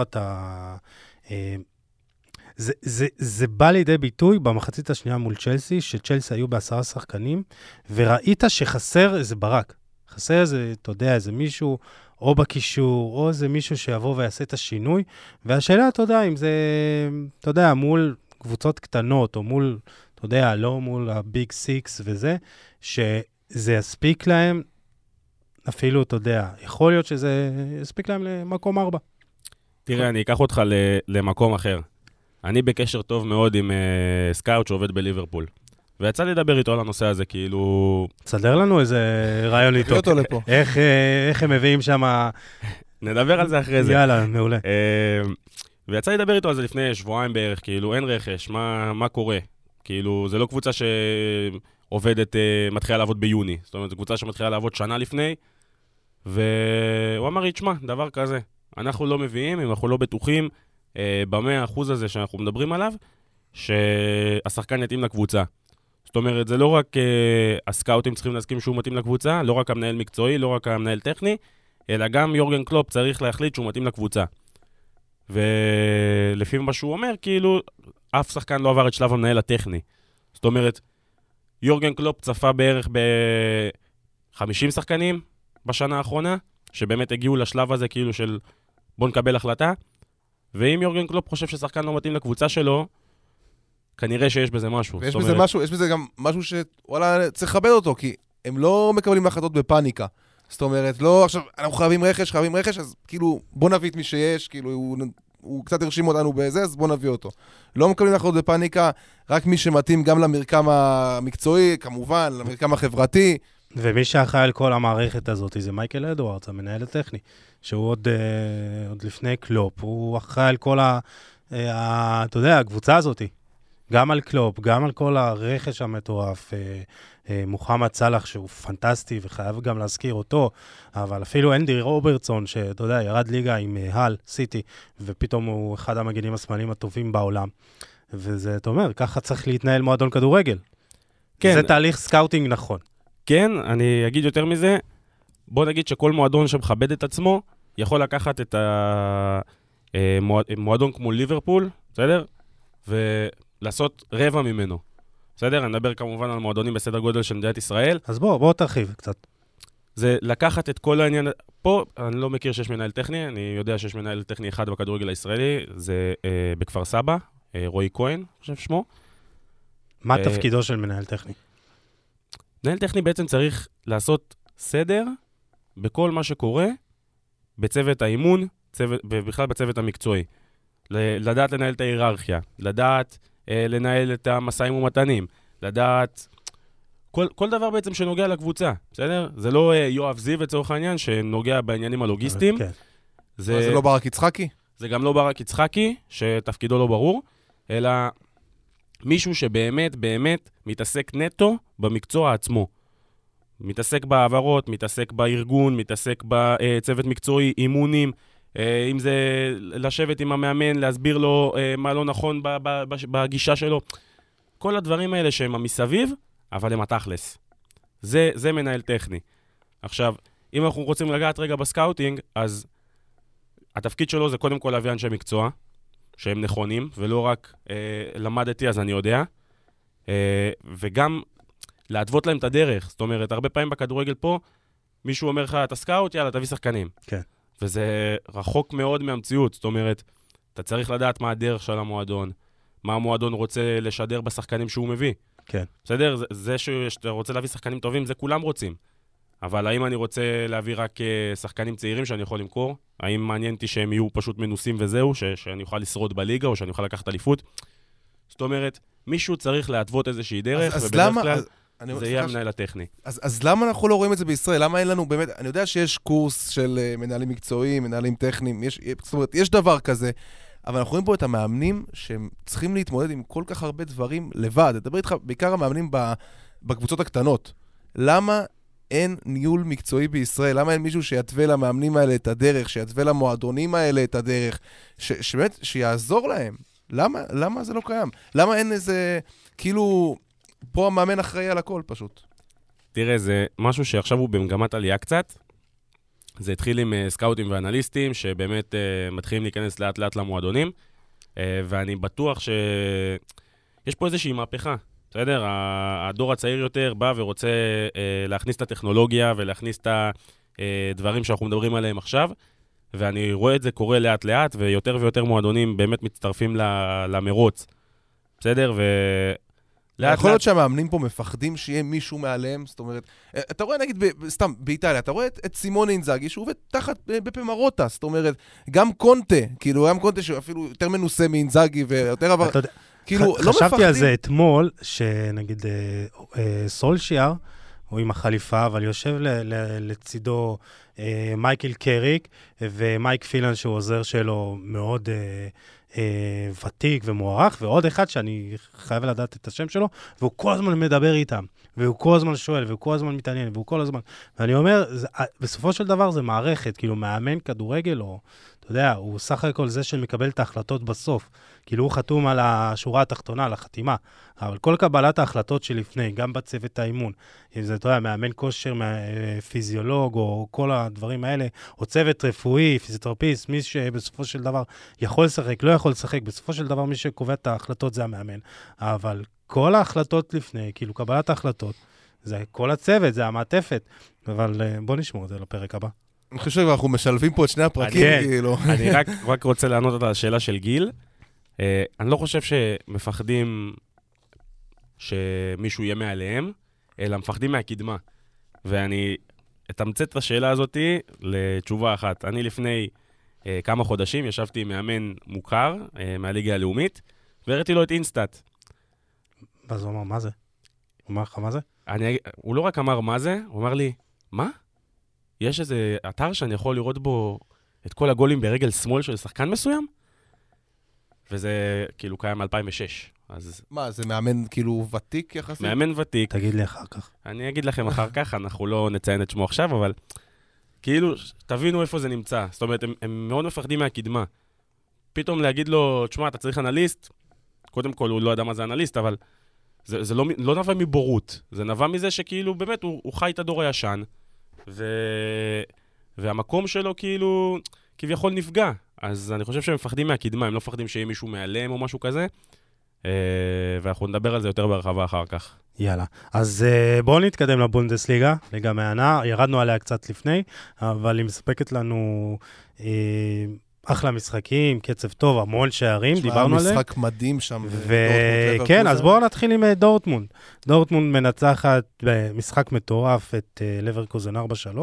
זה בא לידי ביטוי במחצית השנייה מול צ'לסי, שצ'לסי היו ב10 שחקנים, וראית שחסר איזה ברק. חסר איזה, אתה יודע, איזה מישהו, או בקישור, או איזה מישהו שיבוא ויעשה את השינוי, והשאלה, אתה יודע, אם זה, אתה יודע, מול קבוצות קטנות, או מול, אתה יודע, לא מול הביג סיקס וזה, שזה יספיק להם, אפילו, אתה יודע, יכול להיות שזה יספיק להם למקום 4.
תראה, אני אקח אותך למקום אחר. אני בקשר טוב מאוד עם סקאוט שעובד בליברפול. ויצא לדבר איתו על הנושא הזה, כאילו...
תסדר לנו איזה רעיון איתו.
אותו לפה.
איך הם מביאים שם...
נדבר על זה אחרי זה.
יאללה, מעולה.
ויצא לדבר איתו על זה לפני שבועיים בערך, כאילו, אין רכש, מה קורה? כאילו, זה לא קבוצה שעובדת, מתחילה לעבוד ביוני. זאת אומרת, זו קבוצה שמתחילה לעבוד שנה לפני, והוא אמר לי, תשמע, דבר כזה. אנחנו לא מביאים, אם אנחנו לא בטוחים, ב100% הזה שאנחנו מדברים עליו, שהשחקן יתאים לקבוצה. זאת אומרת, זה לא רק הסקאוטים צריכים להסכים שהוא מתאים לקבוצה, לא רק המנהל מקצועי, לא רק המנהל טכני, אלא גם יורגן קלופ צריך להחליט שהוא מתאים לקבוצה. ולפי מה שהוא אומר, כאילו, אף שחקן לא עבר את שלב המנהל הטכני. זאת אומרת, יורגן קלופ צפה בערך ב50 שחקנים בשנה האחרונה, שבאמת הגיעו לשלב הזה כאילו של בוא נקבל החלטה, ואם יורגן קלופ חושב ששחקן לא מתאים לקבוצה שלו, כנראה שיש בזה משהו.
ויש בזה משהו, יש בזה גם משהו שוואלה, צריך לכבד אותו, כי הם לא מקבלים החלטות בפאניקה. זאת אומרת, לא עכשיו, אנחנו חייבים רכש, אז כאילו, בוא נביא את מי שיש, כאילו, הוא קצת הרשים אותנו בזה, אז בוא נביא אותו. לא מקבלים החלטות בפאניקה, רק מי שמתאים גם למרקם המקצועי, כמובן, למרקם החברתי.
ומי שאחראי על כל המערכת הזאת, זה מייקל אדוארדס, המנהל הטכני, שהוא עוד לפני קלופ, הוא אחראי על כל אתה יודע, הקבוצה הזאת. גם על קלופ, גם על כל הרכש המטורף, מוחמד סלאח שהוא פנטסטי וחייב גם להזכיר אותו, אבל אפילו אנדי רוברטסון, שאתה יודע, ירד ליגה עם הל, סיטי, ופתאום הוא אחד המגנים השמאליים הטובים בעולם. וזה, אתה אומר, ככה צריך להתנהל מועדון כדורגל. כן. זה תהליך סקאוטינג נכון.
כן, אני אגיד יותר מזה, בוא נגיד שכל מועדון שמכבד את עצמו, יכול לקחת את מועדון כמו ליברפול, בסדר? ולעשות רבע ממנו. בסדר? אני מדבר כמובן על מועדונים בסדר גודל של מדינת ישראל.
אז בוא תרחיב קצת.
זה לקחת את כל העניין... פה אני לא מכיר שיש מנהל טכני, אני יודע שיש מנהל טכני אחד בכדורגל הישראלי, זה בכפר סבא, רועי כהן, אני חושב שמו.
מה תפקידו של מנהל טכני?
מנהל טכני בעצם צריך לעשות סדר בכל מה שקורה בצוות האימון, ובכלל בצוות המקצועי. לדעת לנהל את ההיררכיה, לדעת לנהל את המסעים ומתנים, לדעת כל דבר בעצם שנוגע לקבוצה, בסדר? זה לא יואב זיו לצורך העניין, שנוגע בעניינים הלוגיסטיים.
זה לא ברק יצחקי?
זה גם לא ברק יצחקי, שתפקידו לא ברור, אלא מישהו שבאמת, באמת מתעסק נטו במקצוע עצמו. מתעסק בעברות, מתעסק בארגון, מתעסק בצוות מקצועי, אימונים, אם זה לשבת עם המאמן, להסביר לו מה לא נכון בגישה שלו. כל הדברים האלה שהם המסביב, אבל הם התכלס. זה מנהל טכני. עכשיו, אם אנחנו רוצים לגעת רגע בסקאוטינג, אז התפקיד שלו זה קודם כל להביא אנשי מקצוע, שהם נכונים, ולא רק למדתי אז אני יודע, וגם להתוות להם את הדרך. זאת אומרת, הרבה פעמים בכדורגל פה, מישהו אומר לך, אתה סקאוט, יאללה, תביא שחקנים.
כן.
וזה רחוק מאוד מהמציאות. זאת אומרת, אתה צריך לדעת מה הדרך של המועדון, מה המועדון רוצה לשדר בשחקנים שהוא מביא.
כן.
בסדר? זה שאתה רוצה להביא שחקנים טובים, זה כולם רוצים. אבל האם אני רוצה להביא רק שחקנים צעירים שאני יכול למכור? האם מעניין אותי שהם יהיו פשוט מנוסים וזהו, שאני אוכל לשרוד בליגה או שאני אוכל לקחת אליפות? זאת אומרת, מישהו צריך להתוות איזושהי דרך, ובדרך כלל זה יהיה המנהל הטכני.
אז למה אנחנו לא רואים את זה בישראל? למה אין לנו באמת, אני יודע שיש קורס של מנהלים מקצועיים, מנהלים טכניים, זאת אומרת, יש דבר כזה, אבל אנחנו רואים פה את המאמנים שהם צריכים להתמודד עם כל כך הרבה דברים לבד. אדבר איתך, בעיקר המאמנים בקבוצות הקטנות. למה אין ניהול מקצועי בישראל? למה אין מישהו שיתווה למאמנים האלה את הדרך, שיתווה למועדונים האלה את הדרך, שבאמת, שיעזור להם? למה זה לא קיים? למה אין איזה, כאילו, פה המאמן אחראי על הכל פשוט?
תראה, זה משהו שעכשיו הוא במגמת עלייה קצת. זה התחיל עם סקאוטים ואנליסטים, שבאמת מתחילים להיכנס לאט לאט למועדונים, ואני בטוח שיש פה איזושהי מהפכה. בסדר? הדור הצעיר יותר בא ורוצה להכניס את הטכנולוגיה ולהכניס את הדברים שאנחנו מדברים עליהם עכשיו, ואני רואה את זה קורה לאט לאט, ויותר ויותר מועדונים באמת מצטרפים למרוץ. בסדר?
יכול להיות שהמאמנים פה מפחדים שיהיה מישהו מעליהם, זאת אומרת, אתה רואה נגיד, סתם, באיטליה, אתה רואה את סימון אינזאגי, שהוא עובד תחת בפמרוטה, זאת אומרת, גם קונטה, כאילו, גם קונטה שאפילו יותר מנוסה מאינזאגי ויותר עבר, כאילו, לא מפחדים.
חשבתי על זה אתמול, שנגיד סולשיאר, הוא עם החליפה, אבל יושב לצידו מייקל קריק, ומייק פילן, שהוא עוזר שלו מאוד ותיק ומוערך, ועוד אחד שאני חייב לדעת את השם שלו, והוא כל הזמן מדבר איתם, והוא כל הזמן שואל, והוא כל הזמן מתעניין, והוא כל הזמן... ואני אומר, בסופו של דבר זה מערכת, כאילו מאמן כדורגל, או, אתה יודע, הוא סך הכל זה שמקבל את ההחלטות בסוף, כאילו הוא חתום על השורה התחתונה, על החתימה, אבל כל קבלת ההחלטות שלפני, גם בצוות האימון, אם זה, אתה יודע, מאמן כושר, פיזיולוג, או כל הדברים האלה, או צוות רפואי, פיזיותרפיסט, מי שבסופו של דבר יכול לשחק, לא יכול לשחק, בסופו של דבר מי שקובע את ההחלטות זה המאמן. אבל כל ההחלטות לפני, כאילו קבלת ההחלטות, זה כל הצוות, זה המעטפת. אבל בוא נשמור את זה לפרק הבא.
אני חושב שאנחנו משלבים פה את שני הפרקים, כאילו.
אני רק רוצה לענות על השאלה של גיל. אני לא חושב שמפחדים שמישהו יהיה מעליהם, אלא מפחדים מהקדמה. ואני אתמצת את השאלה הזאת לתשובה אחת. אני לפני כמה חודשים ישבתי עם מאמן מוכר מהליגה הלאומית, והראיתי לו את אינסטאט.
אז הוא אמר, מה זה? הוא אמר לך, מה זה?
הוא לא רק אמר מה זה, הוא אמר לי, מה? יש איזה אתר שאני יכול לראות בו את כל הגולים ברגל שמאל של שחקן מסוים? וזה כאילו קיים מ-2006. אז
מה, זה מאמן כאילו ותיק יחסית?
מאמן ותיק.
תגיד לי אחר כך.
אני אגיד לכם אחר כך, אנחנו לא נציין את שמו עכשיו, אבל כאילו, תבינו איפה זה נמצא. זאת אומרת, הם מאוד מפחדים מהקדמה. פתאום להגיד לו, תשמע, אתה צריך אנליסט, קודם כל הוא לא ידע מה זה אנליסט, אבל זה לא נבע מבורות, זה נבע מזה שכאילו באמת הוא חי את הדור הישן, והמקום שלו כאילו כביכול נפגע. אז אני חושב שהם מפחדים מהקדמה, הם לא מפחדים שיהיה מישהו מעליהם או משהו כזה, ואנחנו נדבר על זה יותר בהרחבה אחר כך.
יאללה. אז בואו נתקדם לבונדסליגה, ליגה מהעונה, ירדנו עליה קצת לפני, אבל היא מספקת לנו אחלה משחקים, קצב טוב, המון שערים, דיברנו עליהם.
משחק מדהים שם.
וכן, אז בואו נתחיל עם דורטמונד. דורטמונד מנצחת במשחק מטורף את לברקוזן 4-3,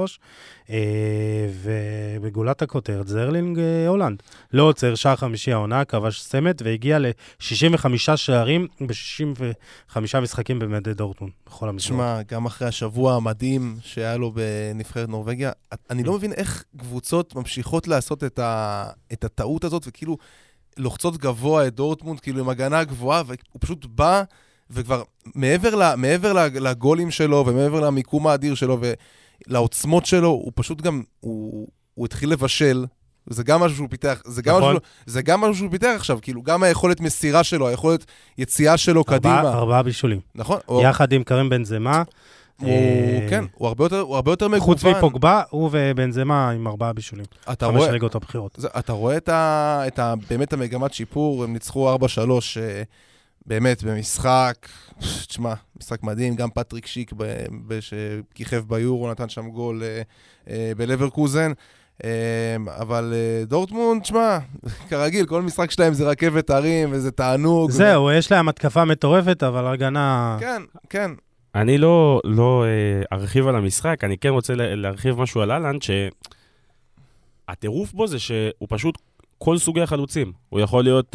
ובגולת הכותרת זה ארלינג הולנד. לא עוצר שער חמישי העונה, כבש סמת, והגיע ל-65 שערים ב-65 משחקים במדי דורטמונד, בכל המסגרות.
תשמע, גם אחרי השבוע המדהים שהיה לו בנבחרת נורווגיה, אני לא מבין איך קבוצות ממשיכות לעשות את הטעות הזאת, וכאילו לוחצות גבוה את דורטמונד, כאילו עם הגנה גבוהה, והוא פשוט בא, וכבר מעבר לגולים שלו, ומעבר למיקום האדיר שלו, ולעוצמות שלו, הוא פשוט גם, הוא התחיל לבשל, זה גם משהו שהוא פיתח, זה גם משהו שהוא פיתח עכשיו, כאילו גם היכולת מסירה שלו, היכולת יציאה שלו קדימה.
4 בישולים.
נכון.
יחד עם קרים בנזמה.
כן, הוא הרבה יותר מגוון.
חוץ מפוגבה, הוא ובנזמה עם 4 בישולים. 5 ליגות הבחירות.
אתה רואה באמת המגמת שיפור, הם ניצחו 4-3, באמת במשחק, תשמע, משחק מדהים, גם פטריק שיק שכיכב ביורו, נתן שם גול בלברקוזן, אבל דורטמונד, תשמע, כרגיל, כל משחק שלהם זה רכבת הרים, וזה תענוג.
זהו, יש להם התקפה מטורפת, אבל הגנה...
כן, כן.
אני לא ארחיב על המשחק, אני כן רוצה להרחיב משהו על אלנד, שהטירוף בו זה שהוא פשוט כל סוגי החלוצים. הוא יכול להיות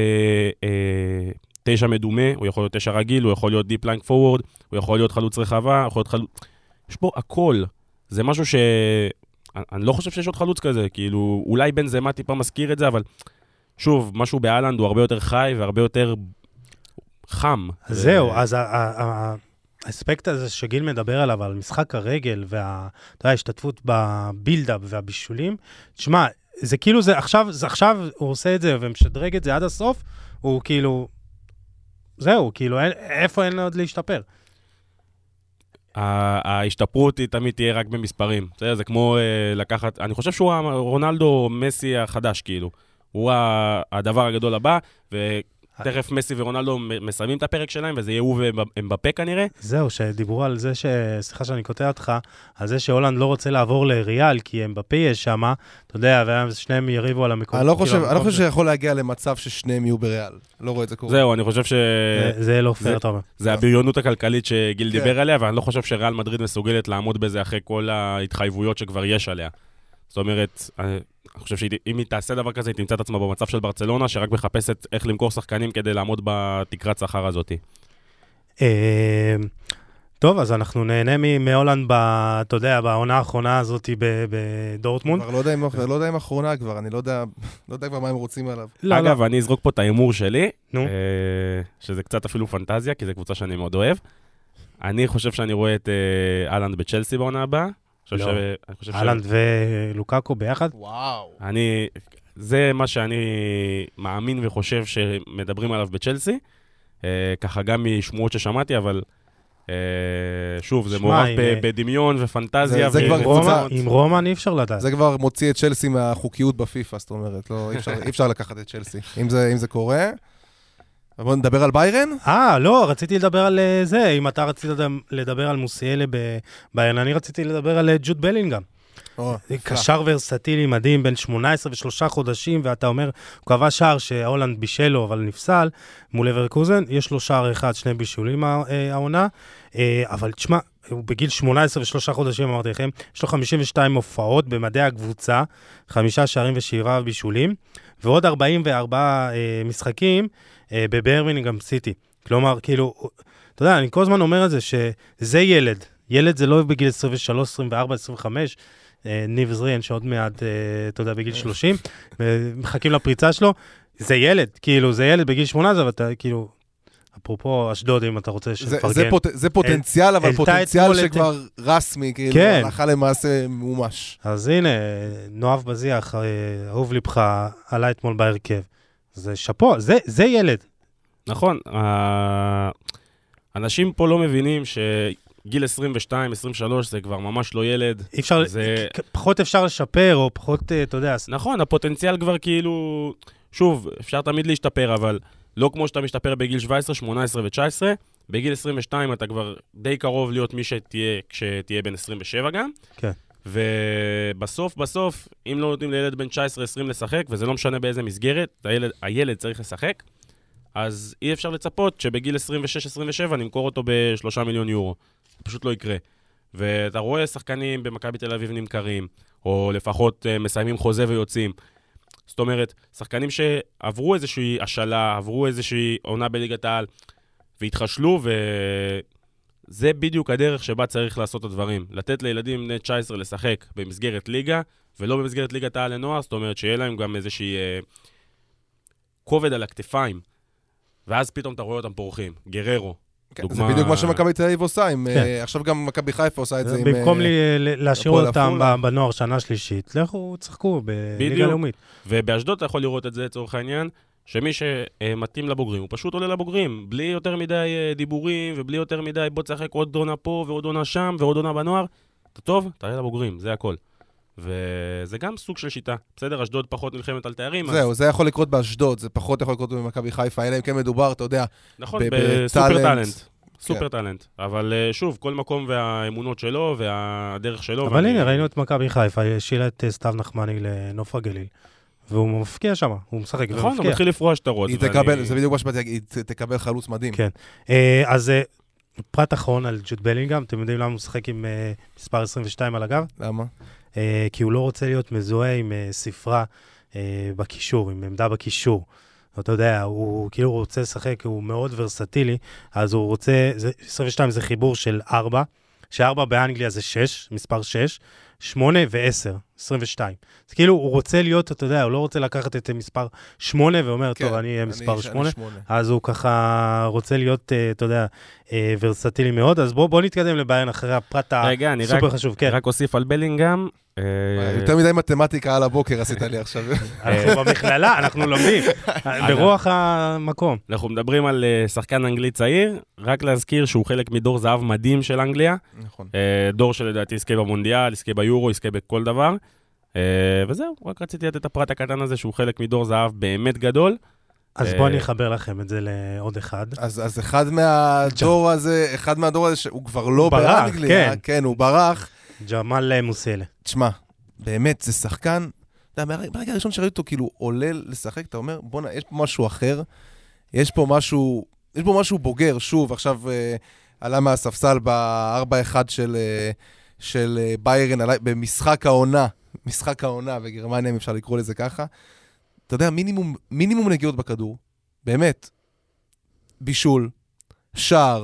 9 מדומה, הוא יכול להיות 9 רגיל, הוא יכול להיות דיפ ליין פורוורד, הוא יכול להיות חלוץ רחבה, יכול להיות חלוץ... יש בו הכל. זה משהו אני לא חושב שיש עוד חלוץ כזה, כאילו, אולי בנזמה טיפה מזכיר את זה, אבל שוב, משהו באלנד הוא הרבה יותר חי והרבה יותר חם.
זהו, אז האספקט הזה שגיל מדבר עליו, על משחק הרגל וההשתתפות בבילדאפ והבישולים, תשמע, זה כאילו זה, עכשיו הוא עושה את זה ומשדרג את זה עד הסוף, הוא כאילו, זהו, כאילו, איפה אין עוד להשתפר?
ההשתפרות היא תמיד תהיה רק במספרים. זה כמו לקחת, אני חושב שהוא רונלדו מסי החדש, כאילו. הוא הדבר הגדול הבא, ותכף מסי ורונלדו מסיימים את הפרק שלהם, וזה יהיה הוא ואמבפה כנראה.
זהו, שדיברו על זה סליחה שאני קוטע אותך, על זה שהולנד לא רוצה לעבור לריאל, כי אמבפה יש שם, אתה יודע, ושניהם יריבו על המקום.
אני לא חושב שיכול להגיע למצב ששניהם יהיו בריאל. לא רואה את זה קורה.
זהו, אני חושב
זה לא פייר, אתה אומר.
זה הבריונות הכלכלית שגיל דיבר עליה, ואני לא חושב שריאל מדריד מסוגלת לעמוד בזה אחרי כל ההתחייבויות שכבר יש עליה. זאת אומרת, אני חושב שאם היא תעשה דבר כזה, היא תמצא את עצמה במצב של ברצלונה, שרק מחפשת איך למכור שחקנים כדי לעמוד בתקרת שכר הזאת.
טוב, אז אנחנו נהנה מהולנד, אתה יודע, בעונה האחרונה הזאת בדורטמונד.
לא יודע אם האחרונה כבר, אני לא יודע כבר מה הם רוצים עליו.
אגב, אני אזרוק פה את האימור שלי, שזה קצת אפילו פנטזיה, כי זו קבוצה שאני מאוד אוהב. אני חושב שאני רואה את אלנד בצ'לסי בעונה הבאה.
אלנד ולוקאקו ביחד?
וואו.
זה מה שאני מאמין וחושב שמדברים עליו בצ'לסי, ככה גם משמועות ששמעתי, אבל שוב, זה מעורב בדמיון ופנטזיה.
עם רומן אי אפשר לדעת.
זה כבר מוציא את צ'לסי מהחוקיות בפיפה, זאת אומרת, אי אפשר לקחת את צ'לסי. אם זה קורה... בואו נדבר על ביירן?
לא, רציתי לדבר על זה. אם אתה רצית לדבר על מוסיאלה בביירן, אני רציתי לדבר על ג'וד בלינגהאם. קשר ורסטילי מדהים, בין 18 ו3 חודשים, ואתה אומר, הוא קבע שער שהולנד בישל לו, אבל נפסל, מול לברקוזן, יש לו שער אחד, 2 בישולים העונה, אבל תשמע, הוא בגיל 18 ו3 חודשים, אמרתי לכם, יש לו 52 הופעות במדעי הקבוצה, 5 שערים ו7 בישולים, ועוד 44 משחקים בברמינגהאם סיטי. כלומר, כאילו, אתה יודע, אני כל הזמן אומר את זה, שזה ילד. ילד זה לא בגיל 23, 24, 25, ניב זריאן שעוד מעט, אתה יודע, בגיל 30, מחכים לפריצה שלו, זה ילד, כאילו, זה ילד בגיל 18, אבל אתה, כאילו, אפרופו אשדוד, אם אתה רוצה שפרגן.
זה פוטנציאל, אבל פוטנציאל שכבר רסמי, כאילו, הלכה למעשה מומש.
אז הנה, נואב בזיח, אהוב לבך, עלה אתמול בהרכב. זה שפו, זה ילד.
נכון, אנשים פה לא מבינים שגיל 22, 23 זה כבר ממש לא ילד.
פחות אפשר לשפר, או פחות, אתה יודע.
נכון, הפוטנציאל כבר כאילו, שוב, אפשר תמיד להשתפר, אבל לא כמו שאתה משתפר בגיל 17, 18 ו-19, בגיל 22 אתה כבר די קרוב להיות מי שתהיה כשתהיה בן 27 גם.
כן.
ובסוף, אם לא נותנים לילד בן 19-20 לשחק, וזה לא משנה באיזה מסגרת, הילד צריך לשחק, אז אי אפשר לצפות שבגיל 26-27 נמכור אותו ב3 מיליון יורו. זה פשוט לא יקרה. ואתה רואה שחקנים במכבי תל אביב נמכרים, או לפחות מסיימים חוזה ויוצאים. זאת אומרת, שחקנים שעברו איזושהי השאלה, עברו איזושהי עונה בליגת העל, והתחשלו, וזה בדיוק הדרך שבה צריך לעשות את הדברים. לתת לילדים בני 19 לשחק במסגרת ליגה, ולא במסגרת ליגת העל לנוער, זאת אומרת שיהיה להם גם איזושהי כובד על הכתפיים, ואז פתאום אתה רואה אותם פורחים. גררו.
זה בדיוק מה שמכבי תל אביב עושה, עכשיו גם מכבי חיפה עושה את זה.
במקום להשאיר אותם בנוער שנה שלישית, לכו צחקו בליגה לאומית.
ובאשדוד אתה יכול לראות את זה לצורך העניין, שמי שמתאים לבוגרים, הוא פשוט עולה לבוגרים, בלי יותר מדי דיבורים, ובלי יותר מדי בוא תשחק עוד עונה פה ועוד עונה שם ועוד עונה בנוער. אתה טוב, תעלה לבוגרים, זה הכל. וזה גם סוג של שיטה. בסדר, אשדוד פחות נלחמת על תארים.
זהו, זה יכול לקרות באשדוד, זה פחות יכול לקרות במכבי חיפה, אלא אם כן מדובר, אתה יודע,
נכון, בסופר טלנט. סופר טלנט. אבל שוב, כל מקום והאמונות שלו והדרך שלו.
אבל הנה, ראינו את מכבי חיפה, השילה את סתיו נחמני לנוף הגליל. והוא מפקיע שם, הוא משחק ומפקיע.
נכון, הוא מתחיל לפרוע שטרות.
זה בדיוק מה שבאתי להגיד, היא תקבל חלוץ מדהים.
כן. אז פרט אחרון על ג'וד בלינגהאם, אתם יודעים למה הוא משחק עם מספר 22 על הגב?
למה?
כי הוא לא רוצה להיות מזוהה עם ספרה בקישור, עם עמדה בקישור. אתה יודע, הוא כאילו רוצה לשחק, הוא מאוד ורסטילי, אז הוא רוצה, 22 זה חיבור של 4, ש4 באנגליה זה 6, מספר 6, 8 ו-10, 22. אז כאילו הוא רוצה להיות, אתה יודע, הוא לא רוצה לקחת את מספר 8 ואומר, טוב, אני אהיה מספר 8, אז הוא ככה רוצה להיות, אתה יודע, ורסטילי מאוד, אז בוא נתקדם לביירן אחרי הפרט הסופר חשוב.
רגע, אני רק אוסיף על בלינגהאם.
יותר מדי מתמטיקה על הבוקר עשית לי עכשיו.
אנחנו במכללה, אנחנו לומדים, ברוח המקום.
אנחנו מדברים על שחקן אנגלי צעיר, רק להזכיר שהוא חלק מדור זהב מדהים של אנגליה. נכון. דור שלדעתי יזכה במונדיאל, יזכה ביורו, יזכה בכל דבר. וזהו, רק רציתי לתת את הפרט הקטן הזה שהוא חלק מדור זהב באמת גדול.
אז בוא אני אחבר לכם את זה לעוד אחד.
אז אחד מהדור הזה, שהוא כבר לא באנגליה, כן, הוא ברח.
ג'מאל מוסיאלה.
תשמע, באמת, זה שחקן, ברגע הראשון שראיתי אותו כאילו עולה לשחק, אתה אומר, בוא'נה, יש פה משהו אחר, יש פה משהו בוגר, שוב, עכשיו עלה מהספסל ב-4-1 של ביירן, במשחק העונה בגרמניה, אם אפשר לקרוא לזה ככה. אתה יודע, מינימום נגיעות בכדור, באמת, בישול, שער,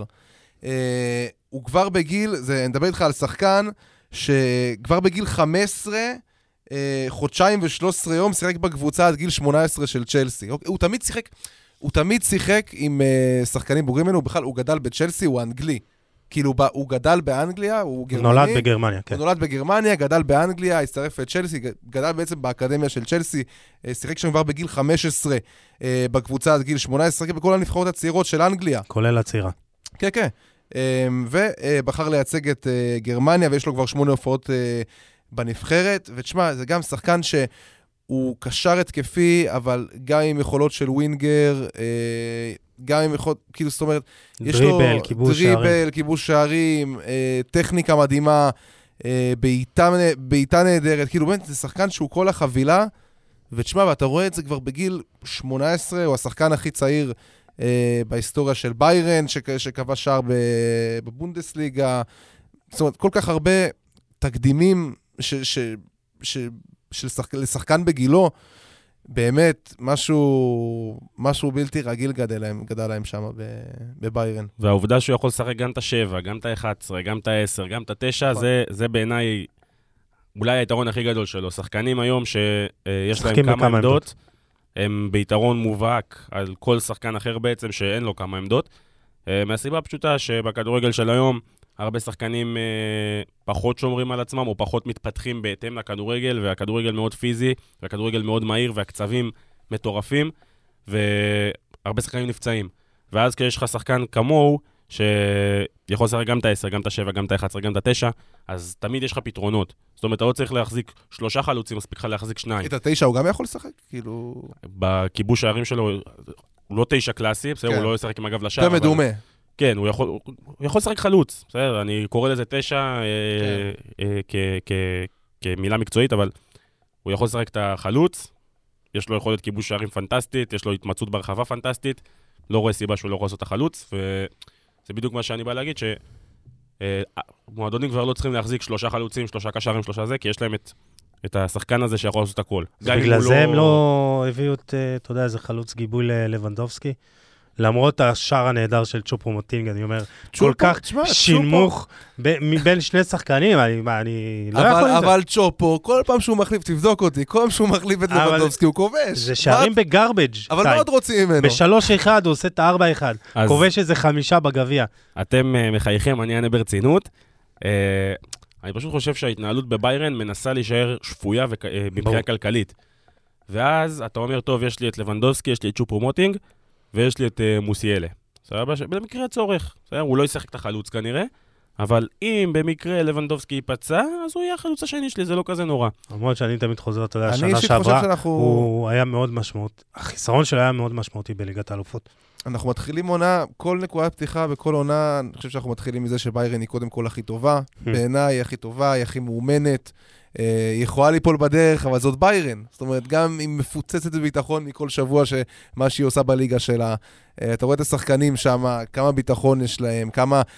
הוא כבר בגיל, אני מדבר איתך על שחקן, שכבר בגיל 15, חודשיים ו13 יום, שיחק בקבוצה עד גיל 18 של צ'לסי. הוא תמיד שיחק עם שחקנים בוגרים ממנו, בכלל הוא גדל בצ'לסי, הוא אנגלי. כאילו, הוא גדל באנגליה, הוא גרמני.
נולד בגרמניה, כן.
הוא נולד בגרמניה, גדל באנגליה, הצטרף לצ'לסי, גדל בעצם באקדמיה של צ'לסי, שיחק שם כבר בגיל 15 בקבוצה עד גיל 18, בכל הנבחרות הצעירות של אנגליה.
כולל הצעירה.
כן, כן. ובחר לייצג את גרמניה, ויש לו כבר 8 הופעות בנבחרת, ותשמע, זה גם שחקן שהוא קשר התקפי, אבל גם עם יכולות של ווינגר, גם עם יכולות, כאילו, זאת אומרת, יש לו דריבל, כיבוש שערים, טכניקה מדהימה, בעיטה נהדרת, כאילו, באמת, זה שחקן שהוא כל החבילה, ותשמע, ואתה רואה את זה כבר בגיל 18, הוא השחקן הכי צעיר בהיסטוריה של ביירן, שקבע שער בבונדסליגה, זאת אומרת, כל כך הרבה תקדימים לשחקן בגילו, באמת, משהו בלתי רגיל גדל להם שם בביירן.
והעובדה שהוא יכול לשחק גם את ה-7, גם את ה-11, גם את ה-10, גם את ה-9, זה בעיניי אולי היתרון הכי גדול שלו. שחקנים היום שיש להם כמה עמדות, הם ביתרון מובהק על כל שחקן אחר בעצם שאין לו כמה עמדות. מהסיבה הפשוטה שבכדורגל של היום, הרבה שחקנים פחות שומרים על עצמם, או פחות מתפתחים בהתאם לכדורגל, והכדורגל מאוד פיזי, והכדורגל מאוד מהיר, והקצבים מטורפים, והרבה שחקנים נפצעים. ואז כשיש לך שחקן כמוהו, שיכול לשחק גם את ה-10, גם את ה-7, גם את ה-11, גם את ה-9, אז תמיד יש לך פתרונות. זאת אומרת, אתה לא צריך להחזיק 3 חלוצים, מספיק לך להחזיק 2.
את ה-9 הוא גם יכול לשחק? כאילו...
בכיבוש הערים שלו, הוא לא 9 קלאסי, בסדר, הוא לא ישחק עם הגב לשער.
יותר מדומה.
כן, הוא יכול לשחק חלוץ, בסדר, אני קורא לזה 9 כמילה מקצועית, אבל הוא יכול לשחק את החלוץ, יש לו יכולת כיבוש שערים פנטסטית, יש לו התמצאות ברחבה פנטסטית, לא רואה סיבה שהוא לא יכול לעשות את החלוץ, וזה בדיוק מה שאני בא להגיד, שמועדונים כבר לא צריכים להחזיק 3 חלוצים, 3 קשרים, 3 זה, כי יש להם את השחקן הזה שיכול לעשות הכל.
בגלל זה הם לא הביאו את, אתה יודע, איזה חלוץ גיבוי ללבנדובסקי, למרות השער הנהדר של צ'ופו-מוטינג, אני אומר, כל כך שינמוך מבין שני שחקנים, אני לא יכול לזה.
אבל צ'ופו, כל פעם שהוא מחליף, תבדוק אותי, כל פעם שהוא מחליף את לבנדובסקי, הוא כובש.
זה שערים בגרבג'.
אבל מאוד רוצים ממנו.
ב-3-1 הוא עושה את ה-4-1, כובש איזה 5 בגביע.
אתם מחייכים, אני אענה ברצינות. אני פשוט חושב שההתנהלות בביירן מנסה להישאר שפויה מבחינה כלכלית. ואז אתה אומר, טוב, יש לי את לבנדובסקי, יש לי את צ'ופו-מוטינג, ויש לי את מוסיאלה. סבבה? במקרה הצורך. הוא לא ישחק את החלוץ כנראה, אבל אם במקרה לבנדובסקי ייפצע, אז הוא יהיה החלוץ השני שלי, זה לא כזה נורא.
למרות שאני תמיד חוזר, אתה יודע, השנה שעברה, הוא היה מאוד משמעותי. החיסרון שלו היה מאוד משמעותי בליגת האלופות.
אנחנו מתחילים עונה, כל נקודת פתיחה בכל עונה, אני חושב שאנחנו מתחילים מזה שביירן היא קודם כל הכי טובה, בעיניי היא הכי טובה, היא הכי מאומנת, היא יכולה ליפול בדרך, אבל זאת ביירן. זאת אומרת, גם היא מפוצצת בביטחון מכל שבוע שמה שהיא עושה בליגה שלה. אתה רואה את השחקנים שם, כמה ביטחון יש להם,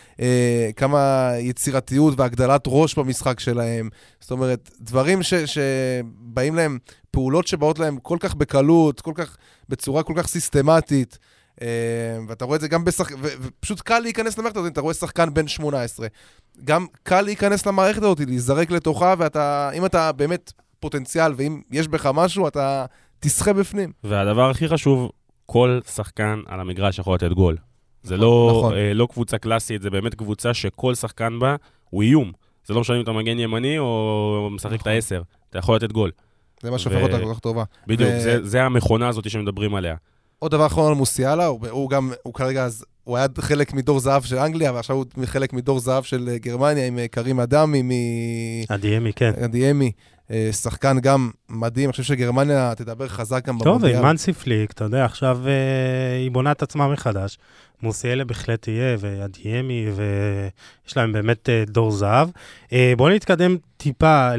כמה יצירתיות והגדלת ראש במשחק שלהם. זאת אומרת, דברים שבאים להם, פעולות שבאות להם כל כך בקלות, בצורה כל כך סיסטמטית. ואתה רואה את זה גם ופשוט קל להיכנס למערכת הזאת, אתה רואה שחקן בן 18. גם קל להיכנס למערכת הזאת, להיזרק לתוכה, ואם אתה באמת פוטנציאל, ואם יש בך משהו, אתה תשחה בפנים.
והדבר הכי חשוב, כל שחקן על המגרש יכול לתת גול. זה לא קבוצה קלאסית, זה באמת קבוצה שכל שחקן בה הוא איום. זה לא משנה אם אתה מגן ימני או משחק את ה-10. אתה יכול לתת גול.
זה מה שהופך אותה כל כך טובה.
בדיוק, זה המכונה הזאת שמדברים עליה.
עוד דבר אחרון על מוסיאלה, הוא כרגע, הוא היה חלק מדור זהב של אנגליה, ועכשיו הוא חלק מדור זהב של גרמניה, עם קרים אדמי,
אדיאמי, כן.
אדיאמי, שחקן גם מדהים, אני חושב שגרמניה תדבר חזק גם
במונדיאל. טוב, עם מנסי פליק, אתה יודע, עכשיו היא בונה את עצמה מחדש, מוסיאלה בהחלט תהיה, ואדיאמי, ויש להם באמת דור זהב. בואו נתקדם טיפה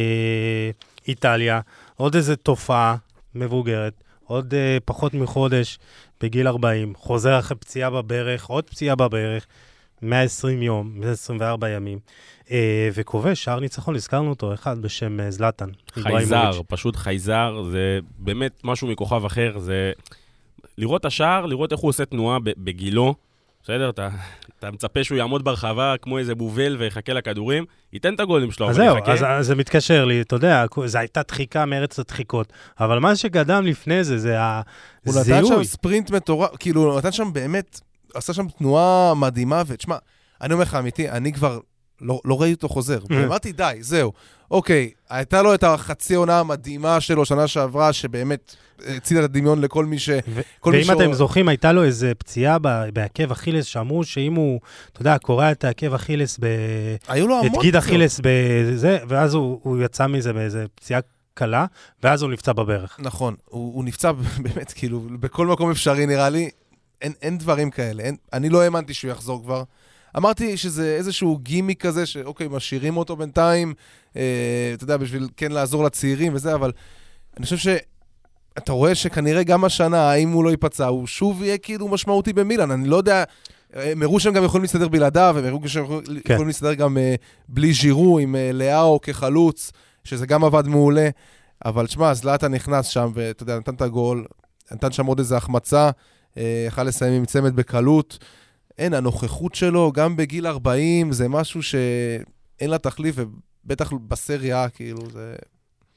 לאיטליה, עוד איזו תופעה מבוגרת, עוד פחות מחודש, בגיל 40, חוזר אחרי פציעה בברך, עוד פציעה בברך, 120 יום, 124 ימים, וכובש, שער ניצחון, הזכרנו אותו, אחד בשם זלאטן.
חייזר, פשוט חייזר, זה באמת משהו מכוכב אחר, זה לראות השער, לראות איך הוא עושה תנועה בגילו, בסדר? אתה מצפה שהוא יעמוד ברחבה כמו איזה בובל ויחכה לכדורים, ייתן את הגולים שלו.
אז זהו, אז זה מתקשר לי, אתה יודע, זו הייתה דחיקה מארץ הדחיקות, אבל מה שקדם לפני זה הזיהוי.
הוא נתן שם ספרינט מטורף, כאילו, הוא נתן שם באמת, עשה שם תנועה מדהימה, ותשמע, אני אומר לך אמיתי, אני כבר לא ראיתי אותו חוזר, ואמרתי די, זהו. אוקיי, הייתה לו את החצי עונה המדהימה שלו, שנה שעברה, שבאמת הצילה את הדמיון לכל מי ש...
ואם אתם זוכרים, הייתה לו איזו פציעה בעקב אכילס, שאמרו שאם הוא, אתה יודע, קורא את העקב אכילס את גיד אכילס בזה, ואז הוא יצא מזה באיזו פציעה קלה, ואז הוא נפצע בברך.
נכון, הוא נפצע באמת, כאילו, בכל מקום אפשרי נראה לי, אין דברים כאלה, אני לא האמנתי שהוא יחזור כבר. אמרתי שזה איזשהו גימי כזה, שאוקיי, משאירים אותו בינתיים, אתה יודע, בשביל כן לעזור לצעירים וזה, אבל אני חושב שאתה רואה שכנראה גם השנה, האם הוא לא ייפצע, הוא שוב יהיה כאילו משמעותי במילאן, אני לא יודע, מראו שהם גם יכולים להסתדר בלעדיו, ומראו שהם יכולים להסתדר גם בלי ז'ירו, עם לאו כחלוץ, שזה גם עבד מעולה, אבל תשמע, זלאטן נכנס שם, ואתה יודע, נתן את הגול, נתן שם עוד איזו החמצה, יכל לסיים עם צמד בקלות, אין, הנוכחות שלו, גם בגיל 40, זה משהו שאין לה תחליף, ובטח בסריה, כאילו, זה...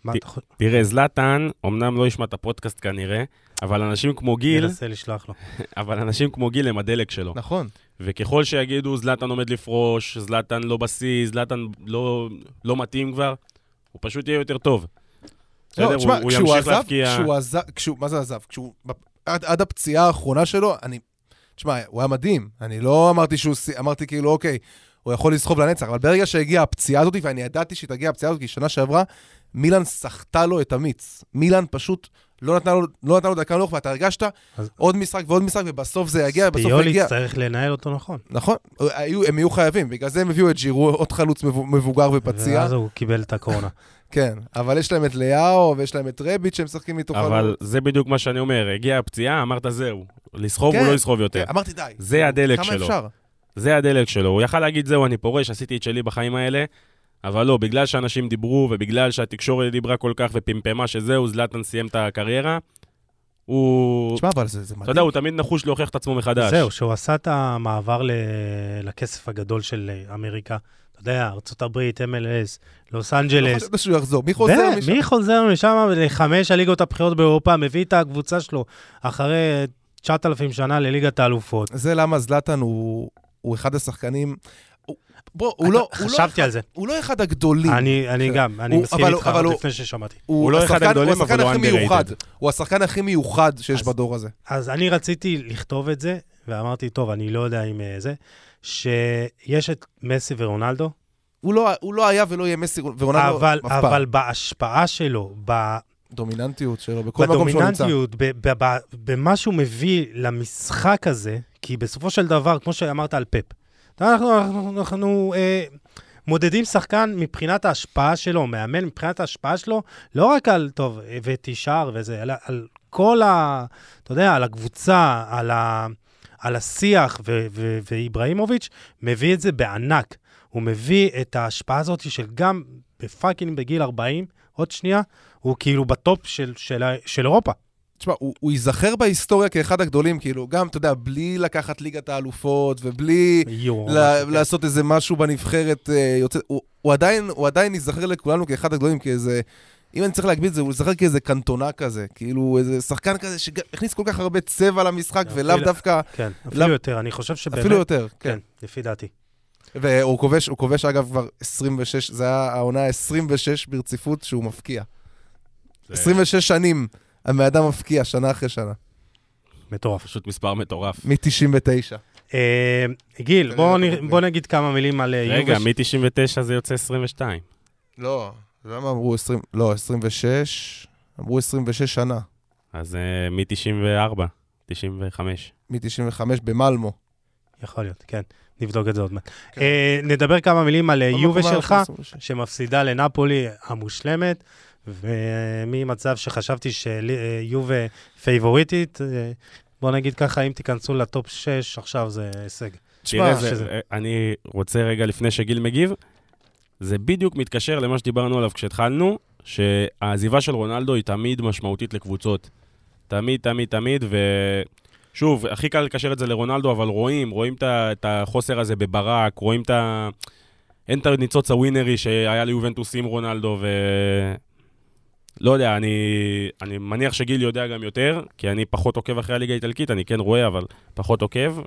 מה אתה חושב?
תראה, זלאטן, אמנם לא ישמע את הפודקאסט כנראה, אבל אנשים כמו גיל,
ננסה לשלוח לו.
אבל אנשים כמו גיל הם הדלק שלו.
נכון.
וככל שיגידו, זלאטן עומד לפרוש, זלאטן לא בשיא, זלאטן לא מתאים כבר, הוא פשוט יהיה יותר טוב.
לא, תשמע,
הוא
כשהוא
ימשיך להפקיע...
מה זה עזב? עד הפציעה האחרונה שלו, תשמע, הוא היה מדהים. אני לא אמרתי כאילו, אוקיי, הוא יכול לסחוב לנצח, אבל ברגע שהגיעה הפציעה הזאת, ואני ידעתי שתגיע הפציעה הזאת, כי שנה שעברה, מילאן סחטה לו את המיץ. מילאן פשוט לא נתנה לו דקה מלוך, ואתה הרגשת עוד משחק ועוד משחק, ובסוף זה יגיע, בסוף זה הגיע.
ספיוליץ צריך לנהל אותו נכון.
נכון, הם יהיו חייבים, בגלל זה הם הביאו את ג'ירו, עוד חלוץ מבוגר ופציע.
ואז הוא קיבל את הקורונה.
כן, אבל יש להם את ליאו, ויש להם את רביט שהם משחקים איתו חלוץ.
אבל זה בדיוק מה שאני אומר, הגיעה הפציעה, אמרת זהו, לסחוב הוא לא יסחוב יותר.
אמרתי די.
זה הדלק
כמה
שלו.
אפשר?
זה הדלק שלו. הוא יכל להגיד זהו, אני פורש, עשיתי את שלי בחיים האלה, אבל לא, בגלל שאנשים דיברו, ובגלל שהתקשורת דיברה כל כך ופמפמה שזהו, זלאטן סיים את הקריירה, הוא...
תשמע, אבל זה מדהים.
אתה יודע, הוא תמיד נחוש להוכיח את עצמו מחדש.
זהו, שהוא עשה את המעבר לכסף הגדול של אמריקה. אתה יודע, ארצות הברית, MLS, לוס אנג'לס.
לא חושב שהוא יחזור. מי חוזר משם?
מי חוזר משם ל5 הליגות הבחירות באירופה, מביא את הקבוצה שלו אחרי 9,000 שנה לליגת האלופות.
זה למה זלאטן הוא אחד השחקנים...
חשבתי על זה.
הוא לא אחד הגדולים.
אני גם, אני מסכים איתך לפני ששמעתי.
הוא לא אחד הגדולים, אבל הוא underrated.
הוא השחקן הכי מיוחד שיש בדור הזה.
אז אני רציתי לכתוב את זה, ואמרתי, טוב, אני לא יודע אם זה, שיש את מסי ורונלדו.
הוא לא היה ולא יהיה מסי ורונלדו אף פעם.
אבל בהשפעה שלו,
בדומיננטיות שלו, בכל מקום שהוא נמצא.
בדומיננטיות, במה שהוא מביא למשחק הזה, כי בסופו של דבר, כמו שאמרת על פפ, אנחנו מודדים שחקן מבחינת ההשפעה שלו, מאמן מבחינת ההשפעה שלו, לא רק על, טוב, ותישאר וזה, אלא על כל אתה יודע, על הקבוצה, על השיח, ואיברהימוביץ' מביא את זה בענק. הוא מביא את ההשפעה הזאת של גם בפאקינג בגיל 40, עוד שנייה, הוא כאילו בטופ של אירופה.
תשמע, הוא ייזכר בהיסטוריה כאחד הגדולים, כאילו, גם, אתה יודע, בלי לקחת ליגת האלופות, ובלי לעשות איזה משהו בנבחרת, הוא עדיין ייזכר לכולנו כאחד הגדולים, כאיזה, אם אני צריך להגביל את זה, הוא ייזכר כאיזה קנטונה כזה, כאילו, איזה שחקן כזה שהכניס כל כך הרבה צבע למשחק, ולאו דווקא...
כן, אפילו יותר, אני חושב שבאמת...
אפילו יותר,
כן, לפי דעתי.
והוא כובש אגב כבר 26, זה היה העונה 26 ברציפות שהוא מפקיע. 26 שנים. המאדם מפקיע שנה אחרי שנה.
מטורף.
פשוט מספר מטורף.
מ-99.
גיל, בוא נגיד כמה מילים על יובש.
רגע, מ-99 זה יוצא 22.
לא, למה אמרו 20? לא, 26. אמרו 26 שנה.
אז מ-94, 95.
מ-95 במלמו.
יכול להיות, כן. נבדוק את זה עוד מעט. נדבר כמה מילים על יובש שלך, שמפסידה לנפולי המושלמת. וממצב שחשבתי שיובה פייבוריטית, בוא נגיד ככה, אם תיכנסו לטופ 6, עכשיו זה הישג.
תראה, אני רוצה רגע לפני שגיל מגיב, זה בדיוק מתקשר למה שדיברנו עליו כשהתחלנו, שהעזיבה של רונלדו היא תמיד משמעותית לקבוצות. תמיד, תמיד, תמיד, ושוב, הכי קל לקשר את זה לרונלדו, אבל רואים את החוסר הזה בברק, רואים אין את הניצוץ הווינרי שהיה ליובנטוס עם רונלדו, לא יודע, אני מניח שגיל יודע גם יותר, כי אני פחות עוקב אחרי הליגה האיטלקית, אני כן רואה, אבל פחות עוקב,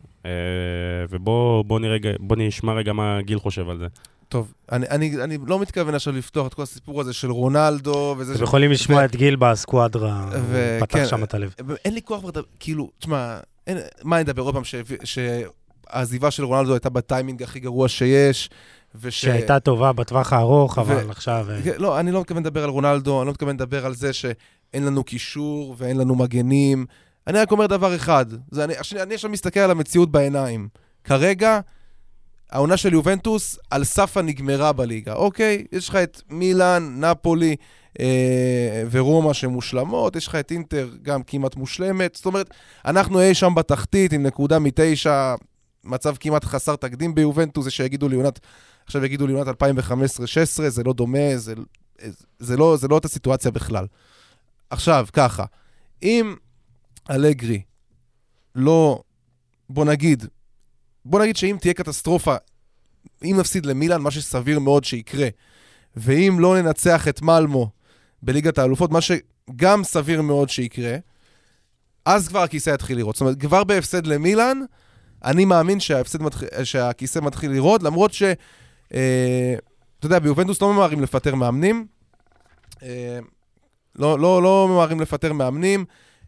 ובוא נשמע רגע מה גיל חושב על זה.
טוב, אני לא מתכוון עכשיו לפתוח את כל הסיפור הזה של רונלדו וזה...
אתם יכולים לשמוע את גיל בסקואדרה, פתח שם את הלב.
אין לי כוח, כאילו, תשמע, מה אני אדבר עוד פעם, שהעזיבה של רונלדו הייתה בטיימינג הכי גרוע שיש,
שהייתה טובה בטווח הארוך, אבל עכשיו...
לא, אני לא מתכוון לדבר על רונלדו, אני לא מתכוון לדבר על זה שאין לנו קישור ואין לנו מגנים. אני רק אומר דבר אחד, אני עכשיו מסתכל על המציאות בעיניים. כרגע, העונה של יובנטוס על סף הנגמרה בליגה, אוקיי? יש לך את מילאן, נפולי ורומא שמושלמות, יש לך את אינטר גם כמעט מושלמת, זאת אומרת, אנחנו אי שם בתחתית עם נקודה מ9, מצב כמעט חסר תקדים ביובנטוס, זה שיגידו לי עונת, עכשיו יגידו לי עונת 2015-16, זה לא דומה, זה לא אותה סיטואציה בכלל. עכשיו, ככה, אם אלגרי לא, בוא נגיד שאם תהיה קטסטרופה, אם נפסיד למילאן, מה שסביר מאוד שיקרה, ואם לא ננצח את מלמו, בליגת האלופות, מה שגם סביר מאוד שיקרה, אז כבר הכיסא יתחיל לראות. זאת אומרת, כבר בהפסד למילאן, אני מאמין שהכיסא מתחיל לראות, למרות ש... אתה יודע, ביובנטוס לא ממהרים לפטר מאמנים, לא ממהרים לפטר מאמנים,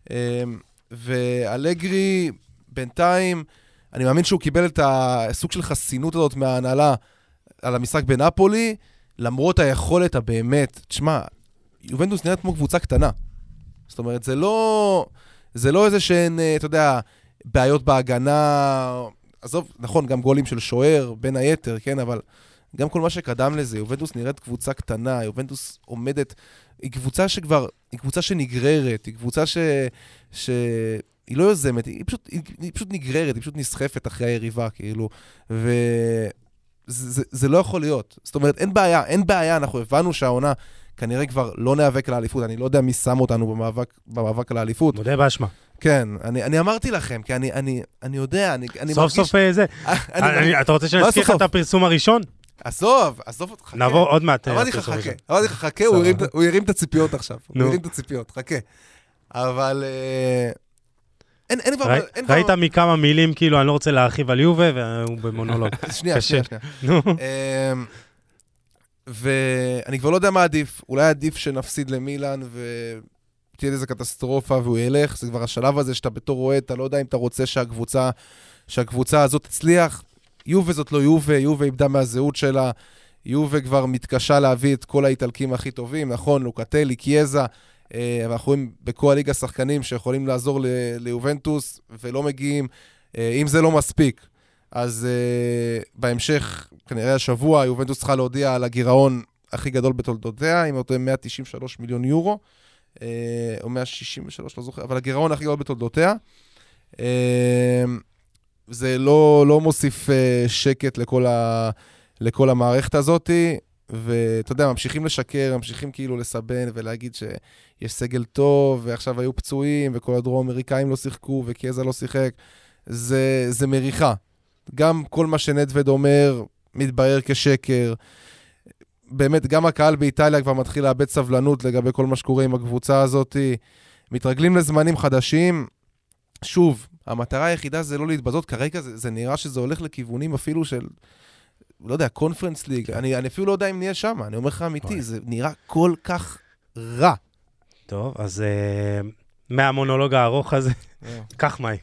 ואלגרי בינתיים, אני מאמין שהוא קיבל את הסוג של חסינות הזאת מההנהלה על המשחק בנאפולי, למרות היכולת הבאמת, תשמע, יובנטוס נראית כמו קבוצה קטנה. זאת אומרת, זה לא איזה שהן, אתה יודע, בעיות בהגנה, עזוב, נכון, גם גולים של שוער, בין היתר, כן, אבל גם כל מה שקדם לזה, יובנטוס נראית קבוצה קטנה, יובנטוס עומדת, היא קבוצה שכבר, היא קבוצה שנגררת, היא קבוצה היא לא יוזמת, היא פשוט נגררת, היא פשוט נסחפת אחרי היריבה, כאילו, זה לא יכול להיות. זאת אומרת, אין בעיה, אנחנו הבנו שהעונה כנראה כבר לא נאבק על האליפות, אני לא יודע מי שם אותנו במאבק על האליפות.
מודה באשמה.
כן, אני אמרתי לכם, כי אני יודע, אני מרגיש...
סוף סוף זה. אתה רוצה שנזכיר לך את הפרסום הראשון?
עזוב, חכה.
נעבור עוד מעט.
אמרתי לך, חכה, הוא ירים את הציפיות עכשיו. הוא ירים את הציפיות, חכה. אבל...
ראית מכמה מילים, כאילו, אני לא רוצה להרחיב על יובה, והוא במונולוג.
שנייה. ואני כבר לא יודע מה עדיף. אולי עדיף שנפסיד למילאן, ותהיה איזו קטסטרופה, והוא ילך. זה כבר השלב הזה שאתה בתור רואה, אתה לא יודע אם אתה רוצה שהקבוצה הזאת תצליח. יובה זאת לא יובה, יובה איבדה מהזהות שלה. יובה כבר מתקשה להביא את כל האיטלקים הכי טובים, נכון, לוקטלי, קיאזה, אנחנו רואים בכל הליגה שחקנים שיכולים לעזור ליובנטוס ולא מגיעים, אם זה לא מספיק. אז בהמשך, כנראה השבוע, יובנטוס צריכה להודיע על הגירעון הכי גדול בתולדותיה, אם אותו 193 מיליון יורו, או 163, לא זוכר, אבל הגירעון הכי גדול בתולדותיה. זה לא מוסיף שקט לכל המערכת הזאת, ואתה יודע, ממשיכים לשקר, ממשיכים כאילו לסבן ולהגיד שיש סגל טוב, ועכשיו היו פצועים, וכל הדרום-אמריקאים לא שיחקו, וקיאזה לא שיחק. זה מריחה. גם כל מה שנדווד אומר מתברר כשקר. באמת, גם הקהל באיטליה כבר מתחיל לאבד סבלנות לגבי כל מה שקורה עם הקבוצה הזאת. מתרגלים לזמנים חדשים. שוב, המטרה היחידה זה לא להתבזות. כרגע זה נראה שזה הולך לכיוונים אפילו של... לא יודע, קונפרנס ליג, אני אפילו לא יודע אם נהיה שם, אני אומר לך אמיתי, זה נראה כל כך רע.
טוב, אז מהמונולוג הארוך הזה, כך מאי.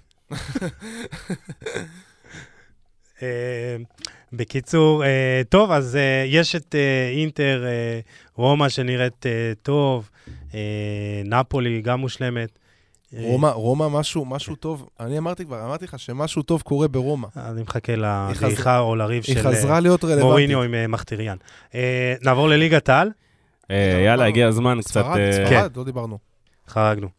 בקיצור, טוב, אז יש את אינטר, רומא שנראית טוב, נפולי גם מושלמת.
רומא משהו טוב, אני אמרתי לך שמשהו טוב קורה ברומא.
אני מחכה לדעיכה או לריב של
מוריניו
עם מחטיריאן. נעבור לליגת העל.
יאללה, הגיע הזמן קצת...
ספרד, לא דיברנו.
חרגנו.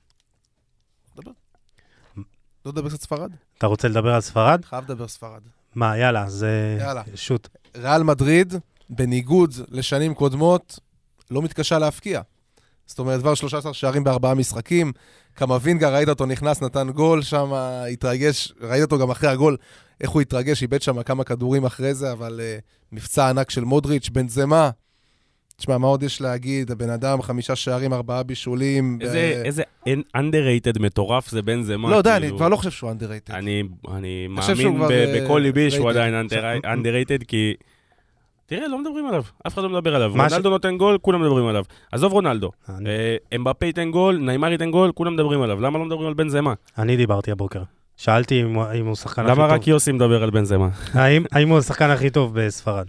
לא לדבר קצת ספרד?
אתה רוצה לדבר על ספרד?
חייב לדבר ספרד.
מה, יאללה, זה שוט.
ריאל מדריד, בניגוד לשנים קודמות, לא מתקשה להפקיע. זאת אומרת, כבר 13 שערים ב4 משחקים, קמבינגה, ראית אותו נכנס, נתן גול שם, התרגש, ראית אותו גם אחרי הגול, איך הוא התרגש, איבד שם כמה כדורים אחרי זה, אבל מבצע ענק של מודריץ', בנזמה, תשמע, מה עוד יש להגיד? הבן אדם, 5 שערים, 4 בישולים.
איזה underrated מטורף זה בנזמה.
לא יודע, אני כבר לא חושב שהוא underrated.
אני מאמין בכל ליבי שהוא עדיין underrated, כי... תראה, לא מדברים עליו, אף אחד לא מדבר עליו. רונלדו נותן גול, כולם מדברים עליו. עזוב רונלדו. אמבפה ייתן גול, ניימר ייתן גול, כולם מדברים עליו. למה לא מדברים על בנזמה?
אני דיברתי הבוקר. שאלתי אם הוא שחקן הכי טוב.
למה רק יוסי מדבר על בנזמה?
האם הוא השחקן הכי טוב בספרד?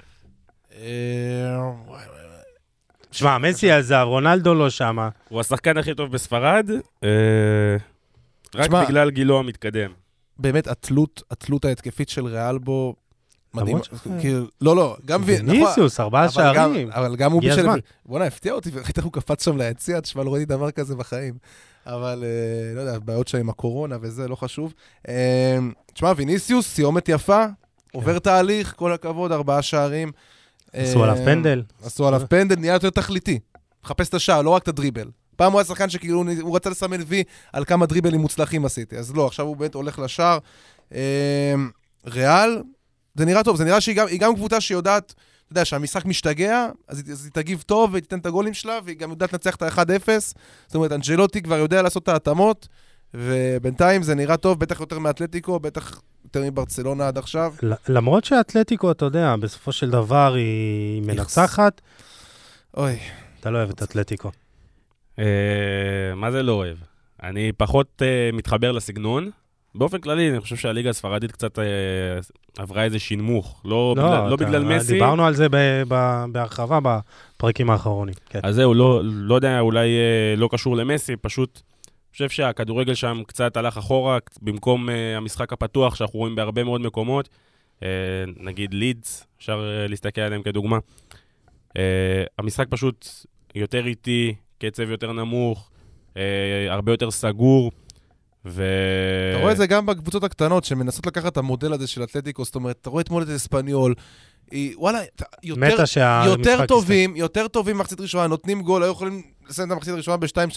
שמע, מסי עזב, רונלדו לא שמה.
הוא השחקן הכי טוב בספרד, רק בגלל גילו המתקדם.
באמת, התלות ההתקפית של ריאל בו מדהים. לא, גם
ויניסיוס, 4 שערים.
אבל גם הוא בשל... בוא'נה, הפתיע אותי, ראית איך הוא קפץ שם ליציע, תשמע, לא ראיתי דבר כזה בחיים. אבל, לא יודע, בעיות שם עם הקורונה וזה, לא חשוב. תשמע, ויניסיוס, סיומת יפה, עובר תהליך, כל הכבוד, 4 שערים.
עשו עליו פנדל. נהיה יותר תכליתי. מחפש את השער, לא רק את הדריבל. פעם הוא היה שחקן שכאילו הוא רצה לסמן וי על כמה דריבלים מוצלחים עשיתי. אז לא, עכשיו הוא באמת הולך לשער. ריאל, זה נראה טוב, זה נראה שהיא גם קבוצה שיודעת,
יודע, שהמשחק משתגע, אז היא תגיב טוב, והיא תיתן את הגולים שלה, והיא גם יודעת לנצח את ה-1-0. זאת אומרת, אנג'לוטי כבר יודע לעשות את ההתאמות, ובינתיים זה נראה טוב, בטח יותר מאתלטיקו, בטח יותר מברצלונה עד עכשיו.
למרות שאתלטיקו, אתה יודע, בסופו של דבר היא מנצחת.
אוי.
אתה לא אוהב את אתלטיקו.
מה זה לא אוהב? אני פחות מתחבר לסגנון. באופן כללי, אני חושב שהליגה הספרדית קצת עברה איזה שינמוך. לא בגלל מסי.
דיברנו על זה בהרחבה בפרקים האחרונים.
אז זהו, לא יודע, אולי לא קשור למסי, פשוט אני חושב שהכדורגל שם קצת הלך אחורה, במקום המשחק הפתוח שאנחנו רואים בהרבה מאוד מקומות. נגיד לידס, אפשר להסתכל עליהם כדוגמה. המשחק פשוט יותר איטי, קצב יותר נמוך, הרבה יותר סגור.
אתה רואה את זה גם בקבוצות הקטנות, שמנסות לקחת את המודל הזה של אתלטיקו, זאת אומרת, אתה רואה אתמול את אספניול, וואלה, יותר טובים מחצית ראשונה, נותנים גול, היו יכולים לסיים את המחצית הראשונה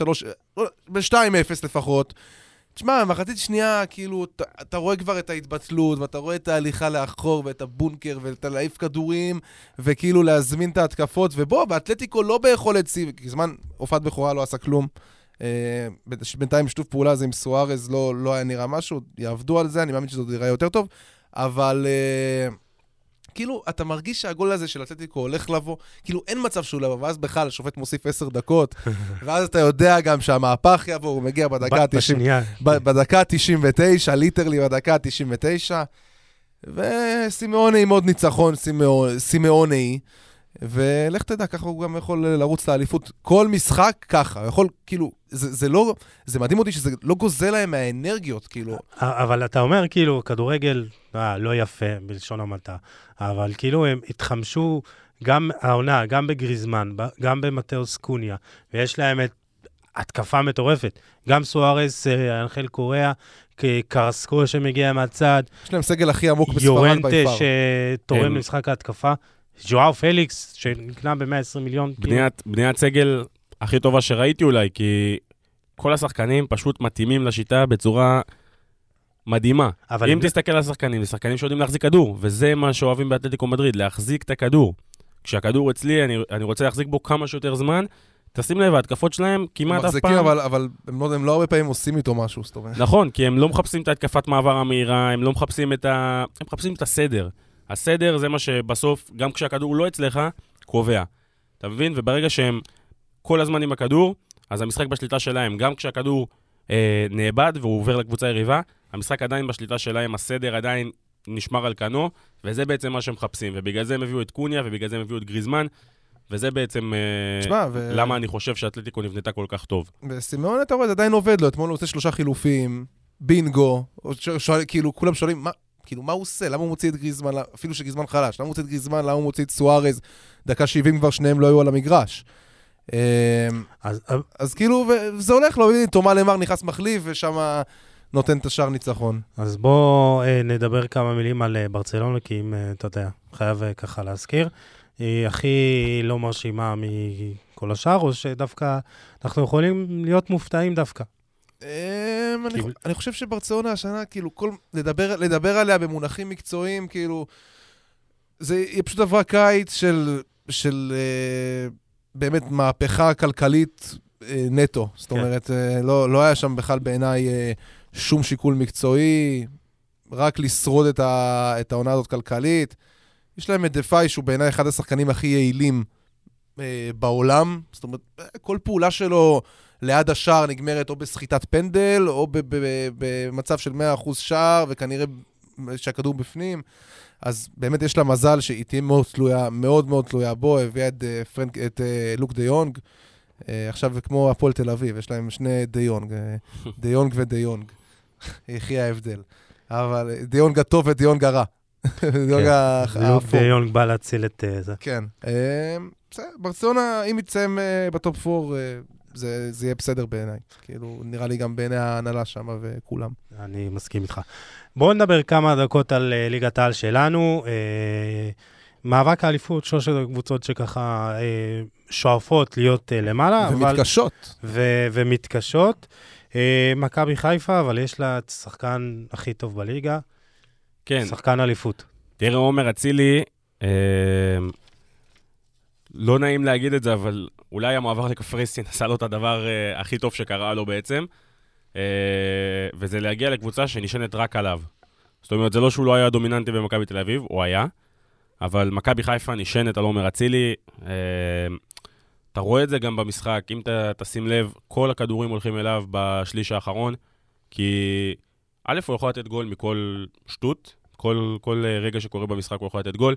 ב-2-0 לפחות. תשמע, מחצית שנייה, כאילו, אתה רואה כבר את ההתבטלות, ואתה רואה את ההליכה לאחור, ואת הבונקר, ואת להעיף כדורים, וכאילו להזמין את ההתקפות, ובוא, באתלטיקו לא ביכולת סי, כי זמן הופעת בכורה לא עשה כלום. בינתיים שיתוף פעולה הזה עם סוארז לא היה נראה משהו, יעבדו על זה, אני מאמין שזה יראה יותר טוב, אבל כאילו, אתה מרגיש שהגול הזה של אתלטיקו הולך לבוא, כאילו אין מצב שהוא לבוא, ואז בכלל השופט מוסיף 10 דקות, ואז אתה יודע גם שהמהפך יבוא, הוא מגיע בדקה 99, ליטרלי בדקה 99, וסימאוני עם עוד ניצחון, סימאוני, ולך תדע, ככה הוא גם יכול לרוץ לאליפות. כל משחק ככה, יכול, כאילו, זה מדהים אותי שזה לא גוזל להם מהאנרגיות, כאילו.
אבל אתה אומר, כאילו, כדורגל, לא יפה, בלשון המעטה, אבל כאילו הם התחמשו גם העונה, גם בגריזמן, גם במתאוס קוניה, ויש להם את התקפה מטורפת. גם סוארס, אנחל קוריאה, קרסקו שמגיע מהצד.
יש להם סגל הכי עמוק בספרד
יורנטה שתורם למשחק ההתקפה. ז'ואאו פליקס, שנקנה ב-120 מיליון.
בניית סגל הכי טובה שראיתי אולי, כי כל השחקנים פשוט מתאימים לשיטה בצורה מדהימה. אם תסתכל על השחקנים, זה שחקנים שיודעים להחזיק כדור, וזה מה שאוהבים באתלטיקו מדריד, להחזיק את הכדור. כשהכדור אצלי, אני רוצה להחזיק בו כמה שיותר זמן, תשים לב, ההתקפות שלהם כמעט אף פעם.
אבל הם לא הרבה פעמים עושים איתו משהו, זאת אומרת.
נכון, כי הם לא מחפשים את התקפת מעבר המהירה, הם לא מחפשים הם מחפשים את הסדר. הסדר זה מה שבסוף, גם כשהכדור לא אצלך, קובע. אתה מבין? וברגע שהם כל הזמן עם הכדור, אז המשחק בשליטה שלהם, גם כשהכדור נאבד והוא עובר לקבוצה יריבה, המשחק עדיין בשליטה שלהם, הסדר עדיין נשמר על כנו, וזה בעצם מה שהם מחפשים. ובגלל זה הם הביאו את קוניה, ובגלל זה הם הביאו את גריזמן, וזה בעצם למה אני חושב שהאתלטיקו נבנתה כל כך טוב.
וסימאון, אתה רואה, זה עדיין עובד לו. אתמול הוא עושה 3 חילופים, בינגו, כאילו כולם שואלים, כאילו, מה הוא עושה? למה הוא מוציא את גריזמן, אפילו שגריזמן חלש? למה הוא מוציא את גריזמן? למה הוא מוציא את סוארז? דקה 70 כבר שניהם לא היו על המגרש. אז כאילו, זה הולך לו, תומה למר נכנס מחליף, ושם נותן את השאר ניצחון.
אז בואו נדבר כמה מילים על ברצלונה, כי אם, אתה יודע, חייב ככה להזכיר. היא הכי לא מרשימה מכל השאר, או שדווקא אנחנו יכולים להיות מופתעים דווקא.
אני חושב שברצלונה השנה, כאילו, לדבר עליה במונחים מקצועיים, כאילו, היא פשוט עברה קיץ של באמת מהפכה כלכלית נטו. זאת אומרת, לא היה שם בכלל בעיניי שום שיקול מקצועי, רק לשרוד את העונה הזאת כלכלית. יש להם את דפאי, שהוא בעיניי אחד השחקנים הכי יעילים בעולם. זאת אומרת, כל פעולה שלו ליד השער נגמרת או בסחיטת פנדל, או במצב של 100% שער, וכנראה שהכדור בפנים. אז באמת יש לה מזל שהיא תהיה מאוד תלויה, מאוד מאוד תלויה בו, הביאה את לוק די יונג. עכשיו כמו הפועל תל אביב, יש להם שני די יונג, די יונג ודי יונג. יחי ההבדל. אבל די יונג הטוב ודי יונג הרע.
לוק די יונג בא להציל את זה.
כן. ברצלונה, אם יצאים בטופ 4, זה יהיה בסדר בעיניי. כאילו, נראה לי גם בעיני ההנהלה שם וכולם.
אני מסכים איתך. בואו נדבר כמה דקות על ליגת העל שלנו. מאבק האליפות, 3 הקבוצות שככה שואפות להיות למעלה.
ומתקשות.
ומתקשות. מכבי חיפה, אבל יש לה את השחקן הכי טוב בליגה.
כן.
שחקן אליפות.
תראה, עומר אצילי, לא נעים להגיד את זה, אבל אולי המעבר לקפריסין עשה לו את הדבר הכי טוב שקרה לו בעצם, וזה להגיע לקבוצה שנשענת רק עליו. זאת אומרת, זה לא שהוא לא היה דומיננטי במכבי תל אביב, הוא היה, אבל מכבי חיפה נשענת על עומר אצילי, אתה רואה את זה גם במשחק, אם אתה תשים לב, כל הכדורים הולכים אליו בשליש האחרון, כי א' הוא יכול לתת גול מכל שטות, כל רגע שקורה במשחק הוא יכול לתת גול,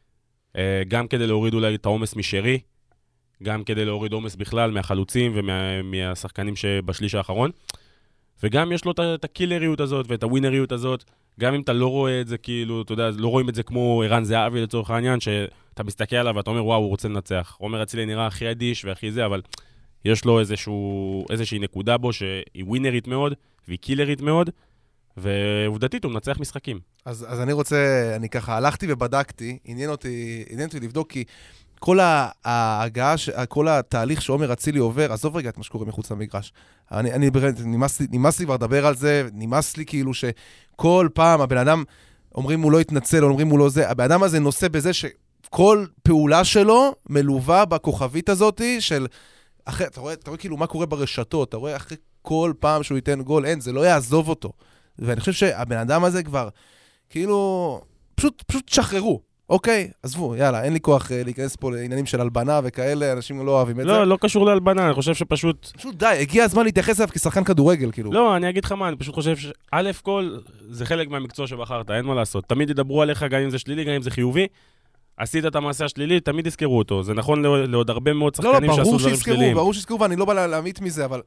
גם כדי להוריד אולי את העומס משרי, גם כדי להוריד עומס בכלל מהחלוצים ומהשחקנים שבשליש האחרון, וגם יש לו את הקילריות הזאת ואת הווינריות הזאת, גם אם אתה לא רואה את זה כאילו, אתה יודע, לא רואים את זה כמו ערן זהבי לצורך העניין, שאתה מסתכל עליו ואתה אומר, וואו, הוא רוצה לנצח. עומר אצילי נראה הכי אדיש והכי זה, אבל יש לו איזושהי נקודה בו שהיא ווינרית מאוד, והיא קילרית מאוד, ועובדתית הוא מנצח משחקים.
אז אני רוצה, אני ככה הלכתי ובדקתי, עניין אותי לבדוק, כי כל ההגעה, כל התהליך שעומר אצילי עובר, עזוב רגע את מה שקורה מחוץ למגרש. נמאס לי כבר לדבר על זה, נמאס לי כאילו שכל פעם הבן אדם, אומרים הוא לא יתנצל, אומרים הוא לא זה, הבן אדם הזה נושא בזה שכל פעולה שלו מלווה בכוכבית הזאת של, אתה רואה כאילו מה קורה ברשתות, אתה רואה אחרי כל פעם שהוא ייתן גול, אין, זה לא יעזוב אותו. ואני חושב שהבן אדם הזה כבר, כאילו, פשוט שחררו. אוקיי, עזבו, יאללה, אין לי כוח להיכנס פה לעניינים של הלבנה וכאלה, אנשים לא אוהבים את זה.
לא קשור להלבנה, אני חושב שפשוט...
פשוט די, הגיע הזמן להתייחס אליו כשחקן כדורגל, כאילו.
לא, אני אגיד לך מה, אני פשוט חושב שא' כל, זה חלק מהמקצוע שבחרת, אין מה לעשות. תמיד ידברו עליך, גם אם זה שלילי, גם אם זה חיובי. עשית את המעשה השלילי, תמיד יזכרו אותו. זה נכון לעוד הרבה מאוד שחקנים שעשו דברים שליליים.
ברור שיזכרו, ואני לא בא להמית מזה, אבל...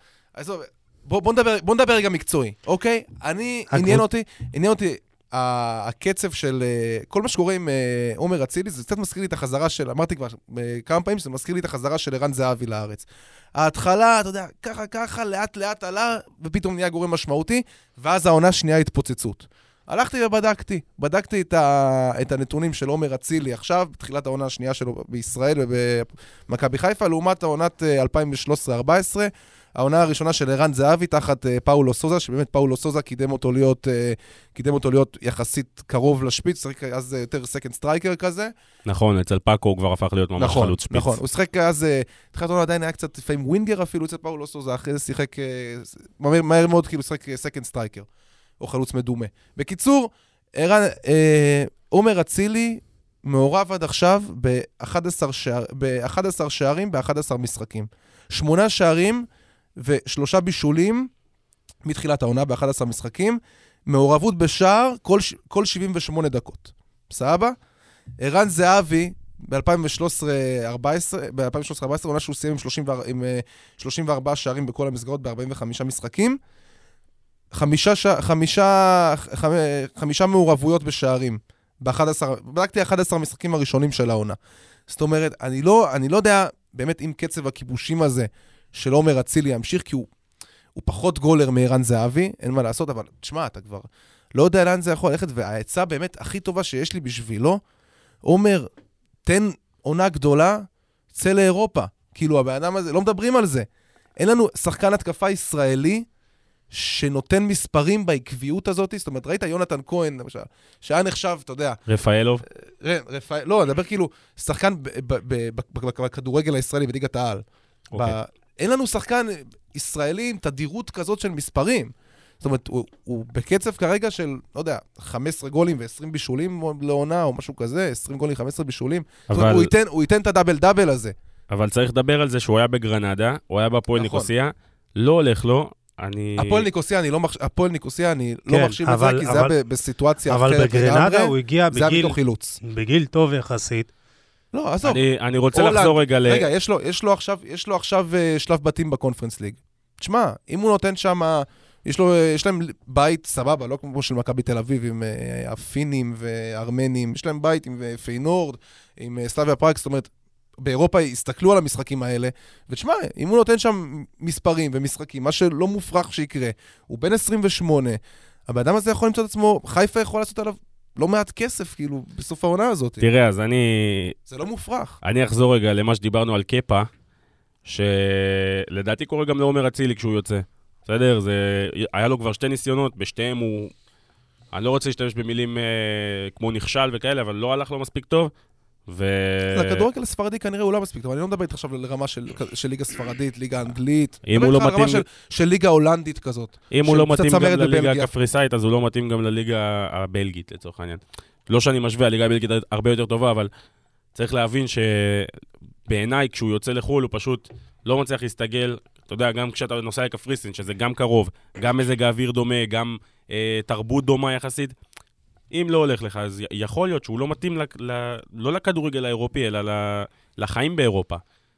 בוא נדבר רגע מקצועי, אוקיי? עניין אותי הקצב של כל מה שקורה עם עומר אצילי, זה קצת מזכיר לי את החזרה של, אמרתי כבר כמה פעמים, שזה מזכיר לי את החזרה של ערן זהבי לארץ. ההתחלה, אתה יודע, ככה, לאט עלה, ופתאום נהיה גורם משמעותי, ואז העונה שנייה התפוצצות. הלכתי ובדקתי את הנתונים של עומר אצילי עכשיו, בתחילת העונה השנייה שלו בישראל ובמכבי חיפה, לעומת העונת 2013-2014, העונה הראשונה של ערן זהבי תחת פאולו סוזה, שבאמת פאולו סוזה קידם אותו להיות יחסית קרוב לשפיץ, שחק אז יותר סקנד סטרייקר כזה.
נכון, אצל פאקו הוא כבר הפך להיות ממש חלוץ שפיץ. נכון,
הוא שחק אז, תחילת העונה עדיין היה קצת לפעמים ווינגר אפילו אצל פאולו סוזה, אחרי זה שיחק מהר מאוד כאילו שחק סקנד סטרייקר, או חלוץ מדומה. בקיצור, עומר אצילי מעורב עד עכשיו ב-11 שערים ב-11 משחקים. 8 שערים ו3 בישולים מתחילת העונה ב-11 משחקים, מעורבות בשער כל 78 דקות. סבבה? ערן זהבי ב-2013-2014, עונה שהוא סיים עם 34 שערים בכל המסגרות ב-45 משחקים, 5 מעורבויות בשערים, בדקתי 11 המשחקים הראשונים של העונה. זאת אומרת, אני לא יודע באמת אם קצב הכיבושים הזה של עומר אצילי ימשיך, כי הוא פחות גולר מערן זהבי, אין מה לעשות, אבל תשמע, אתה כבר לא יודע לאן זה יכול ללכת, והעצה באמת הכי טובה שיש לי בשבילו, עומר, תן עונה גדולה, צא לאירופה. כאילו, הבאדם הזה, לא מדברים על זה. אין לנו שחקן התקפה ישראלי שנותן מספרים בעקביות הזאת, זאת אומרת, ראית יונתן כהן, למשל, שהיה נחשב, אתה יודע...
רפאלוב?
לא, אני מדבר כאילו, שחקן בכדורגל הישראלי בליגת העל. אין לנו שחקן ישראלי עם תדירות כזאת של מספרים. זאת אומרת, הוא בקצב כרגע של, לא יודע, 15 גולים ו20 בישולים לעונה, או משהו כזה, 20 גולים, 15 בישולים. זאת אומרת, הוא ייתן את הדאבל הזה.
אבל צריך לדבר על זה שהוא היה בגרנדה, הוא היה בהפועל ניקוסיה, לא הולך לו,
הפועל ניקוסיה, אני לא מחשיב את זה, כי זה היה בסיטואציה אחרת.
אבל בגרנדה הוא הגיע
בגיל
טוב יחסית.
לא, עזוב.
אני רוצה לחזור רגע
רגע, יש לו עכשיו שלב בתים בקונפרנס ליג. תשמע, אם הוא נותן שם, יש להם בית סבבה, לא כמו של מכבי תל אביב, עם הפינים וארמנים, יש להם בית עם פיינורד, עם סלאביה פראג, זאת אומרת, באירופה יסתכלו על המשחקים האלה, ותשמע, אם הוא נותן שם מספרים ומשחקים, מה שלא מופרך שיקרה, הוא בן 28, הבאדם הזה יכול למצוא את עצמו, חיפה יכול לעשות עליו לא מעט כסף, כאילו, בסוף העונה הזאת.
תראה, אז
זה לא מופרך.
אני אחזור רגע למה שדיברנו על קפה, שלדעתי קורה גם לעומר אצילי כשהוא יוצא. בסדר? היה לו כבר 2 ניסיונות, בשתיהם הוא... אני לא רוצה להשתמש במילים כמו נכשל וכאלה, אבל לא הלך לו מספיק טוב.
לכדורגל הספרדי כנראה הוא לא מספיק, אבל אני לא מדבר איתך עכשיו לרמה של ליגה ספרדית, ליגה אנגלית.
אם הוא לא מתאים...
רמה של ליגה הולנדית כזאת.
אם הוא לא מתאים גם לליגה הקפריסאית, אז הוא לא מתאים גם לליגה הבלגית, לצורך העניין. לא שאני משווה, הליגה הבלגית הרבה יותר טובה, אבל צריך להבין שבעיניי, כשהוא יוצא לחול, הוא פשוט לא מצליח להסתגל. אתה יודע, גם כשאתה נוסע לקפריסין, שזה גם קרוב, גם מזג האוויר דומה, גם תרבות דומה יחסית, אם לא הולך לך, אז יכול להיות שהוא לא מתאים לא לכדורגל האירופי, אלא לחיים באירופה.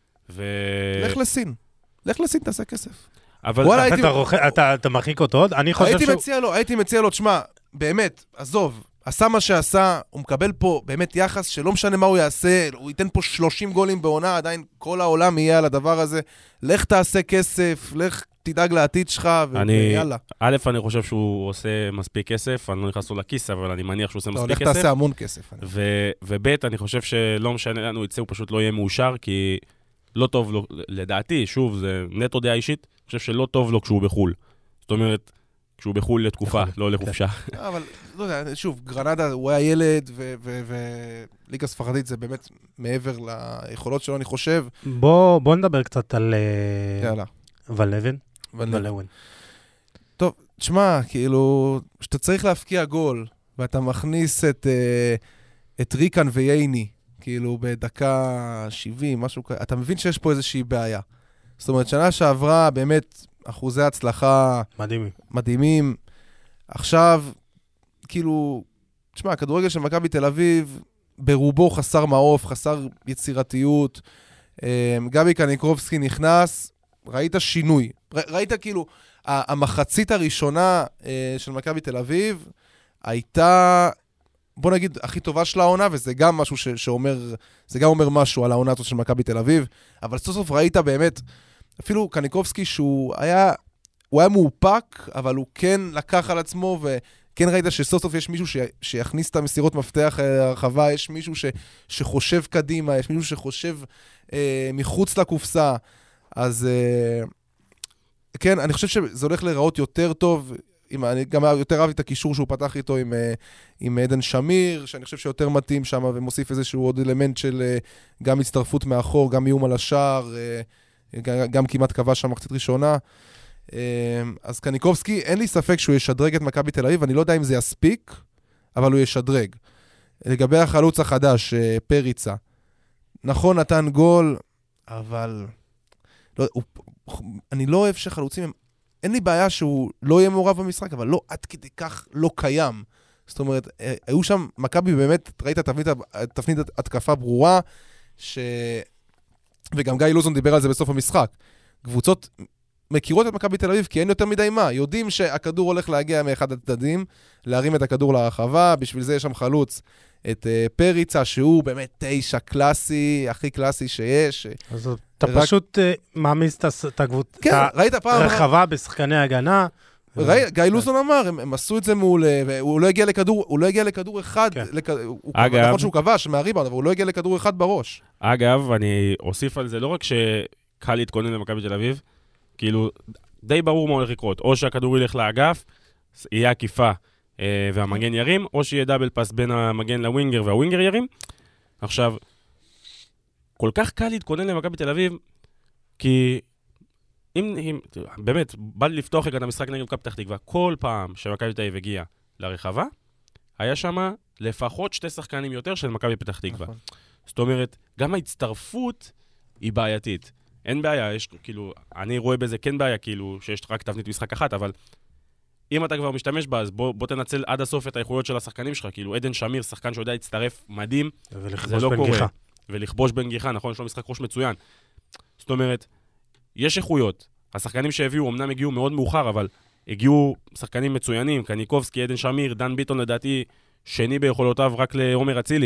לך לסין. לך לסין, תעשה כסף.
אבל
אתה מרחיק אותו עוד? אני חושב
הייתי מציע לו, תשמע, באמת, עזוב, עשה מה שעשה, הוא מקבל פה באמת יחס שלא משנה מה הוא יעשה, הוא ייתן פה 30 גולים בעונה, עדיין כל העולם יהיה על הדבר הזה. לך תעשה כסף, לך תדאג לעתיד שלך, ויאללה.
א', אני חושב שהוא עושה מספיק כסף, אני לא נכנס לו לכיס, אבל אני מניח שהוא עושה מספיק כסף.
לך תעשה המון כסף.
וב', אני חושב שלא משנה לנו, יצא, הוא פשוט לא יהיה מאושר, כי לא טוב לו, לדעתי, שוב, זה נטו דעה אישית, אני חושב שלא טוב לו כשהוא בחול. זאת אומרת, כשהוא בחול לתקופה, לא לחופשה.
אבל, לא יודע, שוב, גרנדה, הוא היה ילד, וליגה ספרדית זה באמת מעבר ליכולות שלו, אני חושב.
בוא נדבר קצת על ולבן.
ולבן. טוב, תשמע, כאילו, שאתה צריך להפקיע גול, ואתה מכניס את ריקן וייני, כאילו, בדקה 70, משהו כזה, אתה מבין שיש פה איזושהי בעיה. זאת אומרת, שנה שעברה, באמת, אחוזי הצלחה מדהימים. עכשיו, כאילו, תשמע, הכדורגל של מכבי תל אביב, ברובו חסר מעוף, חסר יצירתיות. גבי קניקובסקי נכנס, ראית שינוי. ראית כאילו, המחצית הראשונה של מכבי תל אביב, הייתה, בוא נגיד, הכי טובה של העונה, וזה גם משהו שאומר, זה גם אומר משהו על העונה הזאת של מכבי תל אביב, אבל סוף סוף ראית באמת, אפילו קניקובסקי שהוא היה מאופק, אבל הוא כן לקח על עצמו, וכן ראית שסוף סוף יש מישהו שיכניס את המסירות מפתח הרחבה, יש מישהו שחושב קדימה, יש מישהו שחושב מחוץ לקופסה, אז כן, אני חושב שזה הולך להיראות יותר טוב, אני גם יותר אהבתי את הקישור שהוא פתח איתו עם עדן שמיר, שאני חושב שיותר מתאים שם, ומוסיף איזשהו עוד אלמנט של גם הצטרפות מאחור, גם איום על השער, גם כמעט קבע שם מחצית ראשונה. אז קניקובסקי, אין לי ספק שהוא ישדרג את מכבי תל אביב, אני לא יודע אם זה יספיק, אבל הוא ישדרג. לגבי החלוץ החדש, פריצה, נכון, נתן גול, אבל אני לא אוהב שחלוצים, אין לי בעיה שהוא לא יהיה מעורב במשחק, אבל לא עד כדי כך לא קיים. זאת אומרת, היו שם, מכבי באמת, ראית תפנית התקפה ברורה, וגם גיא לוזון דיבר על זה בסוף המשחק. קבוצות מכירות את מכבי תל אביב, כי אין יותר מדי מה. יודעים שהכדור הולך להגיע מאחד הצדדים, להרים את הכדור לרחבה, בשביל זה יש שם חלוץ את פריצה, שהוא באמת 9 קלאסי, הכי קלאסי שיש.
אז אתה פשוט מעמיס את הרחבה בשחקני הגנה.
גיא לוזון אמר, הם עשו את זה מעולה, והוא לא הגיע לכדור אחד, נכון שהוא כבש מהריבאונד, אבל הוא לא הגיע לכדור אחד בראש.
אגב, אני אוסיף על זה, לא רק שקל להתכונן למכבי תל אביב, כאילו, די ברור מה הולך לקרות. או שהכדור ילך לאגף, יהיה עקיפה והמגן ירים, או שיהיה דאבל פס בין המגן לווינגר והווינגר ירים. עכשיו, כל כך קל להתכונן למכבי תל אביב, כי אם באמת, בא לי לפתוח את המשחק נגד מכבי פתח תקווה, כל פעם שמכבי תל אביב הגיע לרחבה, היה שם לפחות 2 שחקנים יותר של מכבי פתח תקווה. זאת אומרת, גם ההצטרפות היא בעייתית. אין בעיה, יש, כאילו, אני רואה בזה כן בעיה, כאילו, שיש רק תבנית משחק אחת, אבל אם אתה כבר משתמש בה, אז בוא תנצל עד הסוף את האיכויות של השחקנים שלך, כאילו, עדן שמיר, שחקן שיודע להצטרף מדהים, זה לא קורה. ולכבוש בנגיחה, נכון? יש לו משחק ראש מצוין. זאת אומרת, יש איכויות. השחקנים שהביאו, אמנם הגיעו מאוד מאוחר, אבל הגיעו שחקנים מצוינים, קניקובסקי, עדן שמיר, דן ביטון, לדעתי, שני ביכולותיו רק לעומר אצילי.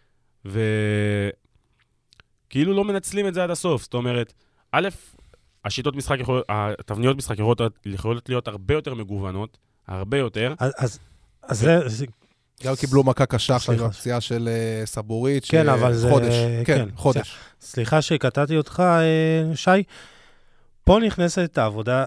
כאילו לא מנצלים את זה עד הסוף. זאת אומרת, א', השיטות משחק, התבניות משחק יכולות להיות הרבה יותר מגוונות, הרבה יותר.
אז זה...
גם קיבלו מכה קשה עכשיו בפציעה של סבורית,
כן, אבל זה...
חודש. כן, חודש.
סליחה שקטעתי אותך, שי. פה נכנסת העבודה,